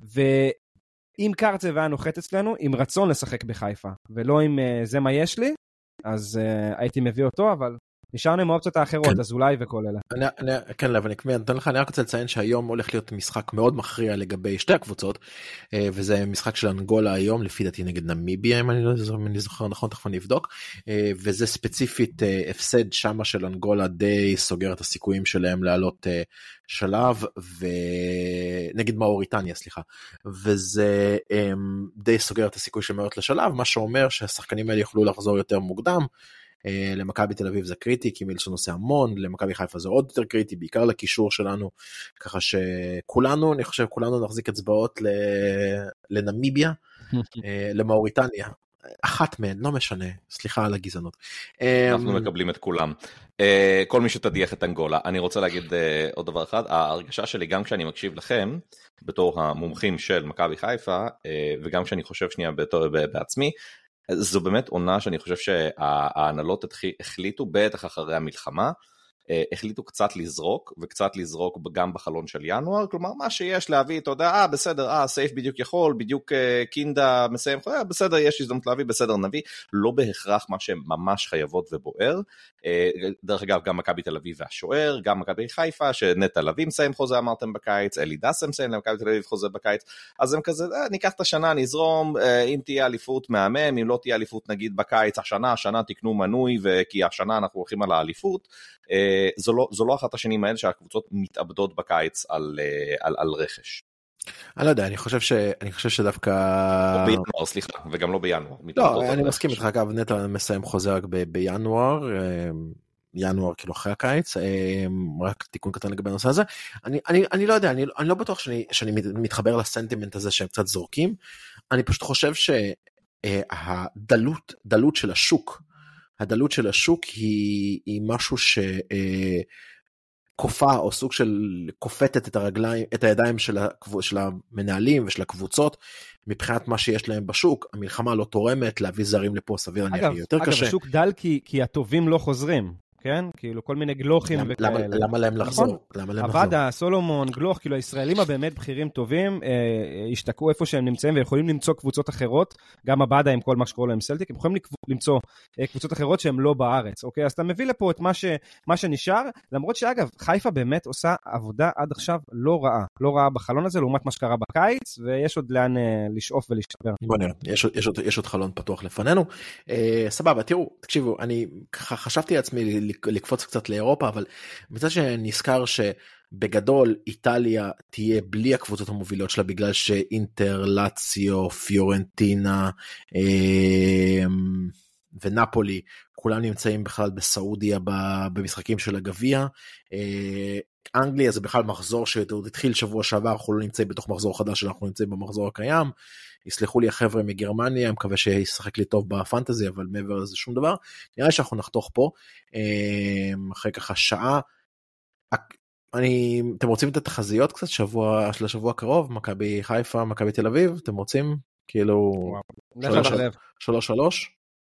ואם קרצב היה נוחת אצלנו, עם רצון לשחק בחיפה, ולא עם אה, זה מה יש לי, אז אה, הייתי מביא אותו, אבל... נשארנו עם האופציות האחרות, כן. אז אולי וכל אלה. אני, אני, כן, אבל אני נותן לך, אני רק רוצה לציין שהיום הולך להיות משחק מאוד מכריע לגבי שתי הקבוצות, וזה משחק של אנגולה היום, לפי דעתי נגד נמיביה, אם אני לא זוכר, אני זוכר נכון, תכף אני אבדוק, וזה ספציפית הפסד שמה של אנגולה די סוגר את הסיכויים שלהם לעלות שלב, ונגד מאוריטניה, סליחה, וזה די סוגר את הסיכוי של לעלות לשלב, מה שאומר שהשחקנים האלה יוכלו לחזור יותר מוקדם, למכבי תל אביב זה קריטי, כי מילסון עושה המון, למכבי חיפה זה עוד יותר קריטי, בעיקר לקישור שלנו, ככה שכולנו, אני חושב, כולנו נחזיק אצבעות לנמיביה, למאוריטניה, אחת מהן, לא משנה, סליחה על הגזענות. אנחנו מקבלים את כולם. כל מי שתדיח את אנגולה, אני רוצה להגיד עוד דבר אחד, ההרגשה שלי גם כשאני מקשיב לכם, בתור המומחים של מכבי חיפה, וגם כשאני חושב שנייה בעצמי, זו באמת עונה שאני חושב שההנהלות החליטו בטח אחרי המלחמה, החליטו קצת לזרוק, וקצת לזרוק גם בחלון של ינואר, כלומר מה שיש להביא, אתה יודע, אה בסדר, אה סייף בדיוק יכול, בדיוק קינדה מסיים, אה, בסדר, יש הזדמנות להביא, בסדר נביא, לא בהכרח מה שהן ממש חייבות ובוער, דרך אגב גם מכבי תל אביב והשוער, גם מכבי חיפה, שנטע לביא מסיים חוזה אמרתם בקיץ, אלי דסם מסיים למכבי תל אביב חוזה בקיץ, אז הם כזה, אה, ניקח את השנה, נזרום, אם תהיה אליפות מהמם, אם לא תהיה אליפות נגיד בקיץ, השנה, השנה תקנו מנוי, וכי השנה אנחנו הולכים על האליפות, זו לא, זו לא אחת השנים האלה שהקבוצות מתאבדות בקיץ על, על, על רכש. אני לא יודע, אני חושב ש, אני חושב שדווקא... לא בינואר, סליחה, וגם לא בינואר. לא, אני מסכים איתך, אגב, נטע מסיים חוזה רק ב, בינואר, ינואר כאילו אחרי הקיץ, רק תיקון קטן לגבי הנושא הזה. אני, אני, אני לא יודע, אני, אני לא בטוח שאני, שאני מתחבר לסנטימנט הזה שהם קצת זורקים, אני פשוט חושב שהדלות, דלות של השוק, הדלות של השוק היא, היא משהו שקופה או סוג של קופטת את הרגליים, את הידיים של, הקב... של המנהלים ושל הקבוצות, מבחינת מה שיש להם בשוק, המלחמה לא תורמת, להביא זרים לפה סביר, אני אגיד יותר אגב, קשה. אגב, השוק דל כי, כי הטובים לא חוזרים, okay? כן? כאילו כל מיני גלוחים וכאלה. למה להם לחזור? עבדה, סולומון, גלוך, כאילו הישראלים הבאמת בכירים טובים, השתקעו איפה שהם נמצאים ויכולים למצוא קבוצות אחרות, גם עבדה עם כל מה שקורה להם סלטיק, הם יכולים למצוא קבוצות אחרות שהן לא בארץ, אוקיי? אז אתה מביא לפה את מה שנשאר, למרות שאגב, חיפה באמת עושה עבודה עד עכשיו לא רעה, לא רעה בחלון הזה, לעומת מה שקרה בקיץ, ויש עוד לאן לשאוף ולהשתפר. בוא נראה, יש עוד חלון פתוח לפנינו. סבבה, תראו, תקשיבו, אני חשבתי לעצמי לקפוץ קצת לאירופה, אבל מצד שנזכר שבגדול איטליה תהיה בלי הקבוצות המובילות שלה, בגלל שאינטר, לאציו, פיורנטינה ונפולי, כולם נמצאים בכלל בסעודיה במשחקים של הגביע. אנגליה זה בכלל מחזור שהתחיל שבוע שעבר, אנחנו לא נמצאים בתוך מחזור חדש, אנחנו נמצאים במחזור הקיים. יסלחו לי החבר'ה מגרמניה, אני מקווה שישחק לי טוב בפנטזי, אבל מעבר לזה שום דבר. נראה שאנחנו נחתוך פה, אחרי ככה שעה. אני, אתם רוצים את התחזיות קצת, שבוע, של השבוע הקרוב, מכבי חיפה, מכבי תל אביב, אתם רוצים? כאילו, שלוש שלוש?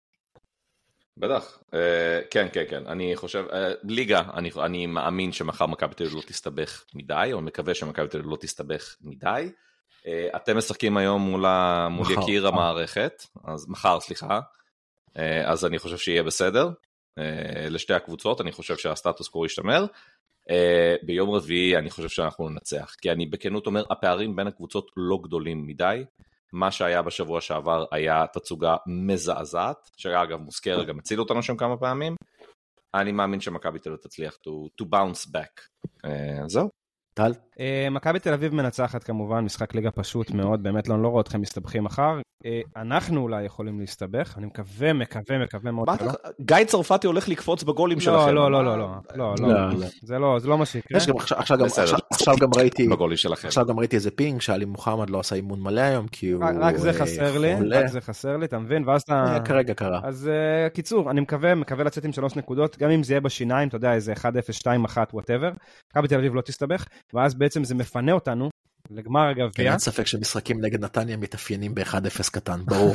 בטח, כן, כן, כן, אני חושב, ליגה, אני מאמין שמחר מכבי תל אביב לא תסתבך מדי, או מקווה שמכבי תל אביב לא תסתבך מדי. אתם משחקים היום מול, מול יקיר המערכת, אז מחר, סליחה, אז אני חושב שיהיה בסדר, לשתי הקבוצות, אני חושב שהסטטוס קור ישתמר, ביום רביעי אני חושב שאנחנו ננצח, כי אני בכנות אומר, הפערים בין הקבוצות לא גדולים מדי, מה שהיה בשבוע שעבר היה תצוגה מזעזעת, שאגב מוזכר, גם הציל אותנו שם כמה פעמים, אני מאמין שמכבי תל אביב תצליח to, to bounce back, זהו. טל? מכבי תל אביב מנצחת כמובן, משחק ליגה פשוט מאוד, באמת לא, לא רואה אתכם מסתבכים מחר, אנחנו אולי יכולים להסתבך, אני מקווה, מקווה, מקווה מאוד. גיא צרפתי הולך לקפוץ בגולים שלכם. לא, לא, לא, לא, לא, זה לא, זה לא מה שיקרה. עכשיו גם ראיתי, עכשיו גם ראיתי איזה פינג, שאלי מוחמד לא עשה אימון מלא היום, כי הוא רק זה חסר לי, רק זה חסר לי, אתה מבין? ואז אתה... כרגע קרה. אז קיצור, אני מקווה, מקווה לצאת עם שלוש נקודות, גם אם זה יהיה בשיניים, אתה יודע, איזה אחד אפס שתיים אחת, whatever, מכבי תל אביב לא תסתבך, ואז בעצם זה מפנה אותנו לגמר הגביע. אין ספק שמשחקים נגד נתניה מתאפיינים ב-אחד אפס קטן, ברור.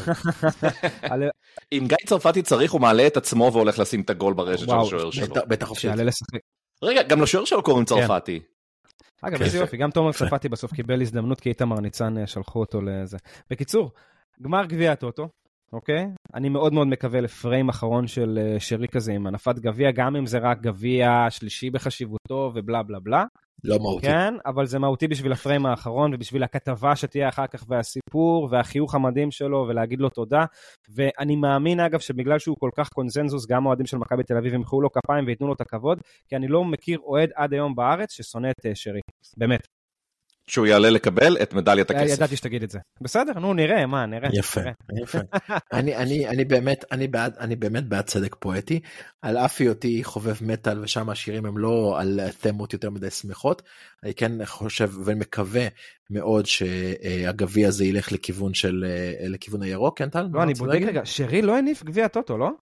אם גיא צרפתי צריך, הוא מעלה את עצמו והולך לשים את הגול ברשת של השוער שלו. בטח חופשית. רגע, גם לשוער שלו קוראים צרפתי. אגב, איזה יופי, גם תומר צרפתי בסוף קיבל הזדמנות, כי איתמר ניצן שלחו אותו לזה. בקיצור, גמר גביע הטוטו, אוקיי? אני מאוד מאוד מקווה לפריים אחרון של שרי כזה עם הנפת גביע, גם אם זה רק גביע שלישי בחשיבותו ובלה בלה בלה. לא מהותי. כן, אבל זה מהותי בשביל הפריים האחרון, ובשביל הכתבה שתהיה אחר כך, והסיפור, והחיוך המדהים שלו, ולהגיד לו תודה. ואני מאמין, אגב, שבגלל שהוא כל כך קונזנזוס, גם האוהדים של מכבי תל אביב, הם ימחאו לו כפיים ויתנו לו את הכבוד, כי אני לא מכיר אוהד עד היום בארץ ששונא את שרי. באמת. שהוא יעלה לקבל את מדליית הכסף. ידעתי שתגיד את זה. בסדר, נו, נראה, מה, נראה. יפה, יפה. אני, אני, אני באמת, אני בעד, אני באמת בעד צדק פואטי, על אף היותי חובב מטל, ושם השירים הם לא על תמות יותר מדי שמחות, אני כן חושב ומקווה מאוד שהגביע הזה ילך לכיוון של, לכיוון הירוק, כן טל? לא, אני בודק רגע, שרי לא הניף גביע טוטו, לא?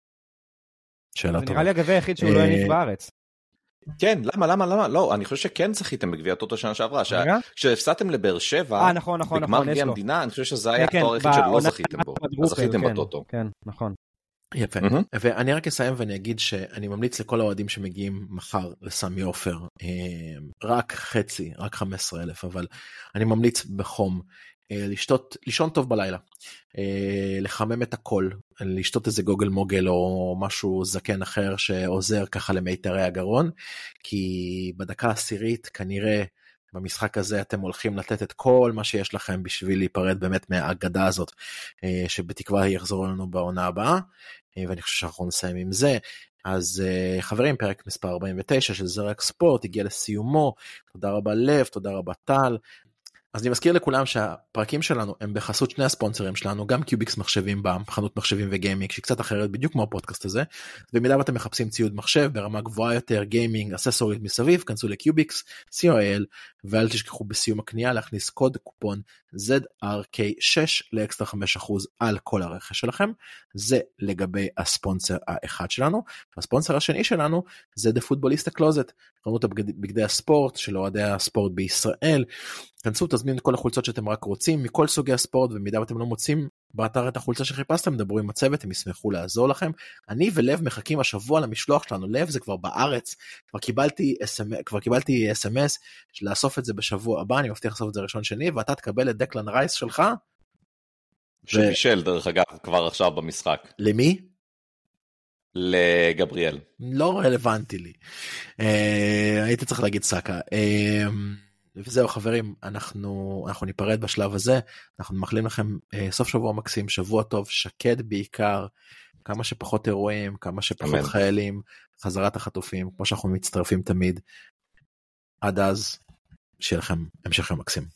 שאלה טובה. נראה לי הגביע היחיד שהוא לא הניף בארץ. כן, למה, למה, למה? לא, אני חושב שכן זכיתם בגביע הטוטו שנה שעברה, כשהפסדתם לבאר שבע, בגמר גביע המדינה, אני חושב שזה היה התואר היחיד שלא זכיתם בו, אז זכיתם בטוטו. כן, נכון. יפה, ואני רק אסיים ואני אגיד שאני ממליץ לכל האוהדים שמגיעים מחר לסמי עופר, רק חצי, רק חמישה עשר אלף, אבל אני ממליץ בחום, לשתות, לישון טוב בלילה, לחמם את הכל, לשתות איזה גוגל מוגל או משהו זקן אחר שעוזר ככה למיתרי הגרון, כי בדקה העשירית כנראה במשחק הזה אתם הולכים לתת את כל מה שיש לכם בשביל להיפרד באמת מהאגדה הזאת, שבתקווה יחזור לנו בעונה הבאה, ואני חושב שאנחנו נסיים עם זה. אז חברים, פרק מספר ארבעים ותשע של זרק ספורט הגיע לסיומו, תודה רבה לב, תודה רבה טל. אז אני מזכיר לכולם שהפרקים שלנו הם בחסות שני הספונסרים שלנו, גם קיוביקס מחשבים בעם, חנות מחשבים וגיימינג, שהיא קצת אחרת בדיוק כמו הפודקאסט הזה, במידה ואתם מחפשים ציוד מחשב ברמה גבוהה יותר, גיימינג, אססורית מסביב, כנסו לקיוביקס, סי או אל, ואל תשכחו בסיום הקנייה להכניס קוד קופון זד אר קיי שש לאקסטרה חמישה אחוז על כל הרכש שלכם. זה לגבי הספונסר האחד שלנו. הספונסר השני שלנו זה The Footballista Closet, חנות בגדי הספורט של אוהדי הספורט בישראל. כנסו, תזמינו את כל החולצות שאתם רק רוצים, מכל סוגי הספורט, ובמידה ואתם לא מוצאים באתר את החולצה שחיפשתם, דברו עם הצוות, הם ישמחו לעזור לכם. אני ולב מחכים השבוע למשלוח שלנו, לב זה כבר בארץ, כבר קיבלתי כבר קיבלתי אס אם אס לאסוף את זה בשבוע הבא, אני מבטיח לאסוף את זה ראשון שני, ואתה תקבל את דקלן רייס שלך. שבישל דרך אגב כבר עכשיו במשחק. למי? לגבריאל. לא רלוונטי לי. הייתי צריך להגיד סאקה. וזהו חברים, אנחנו, אנחנו ניפרד בשלב הזה, אנחנו מאחלים לכם אה, סוף שבוע מקסים, שבוע טוב, שקט בעיקר, כמה שפחות אירועים, כמה שפחות אמן. חיילים, חזרת החטופים, כמו שאנחנו מצטרפים תמיד, עד אז, שיהיה לכם המשך יום מקסים.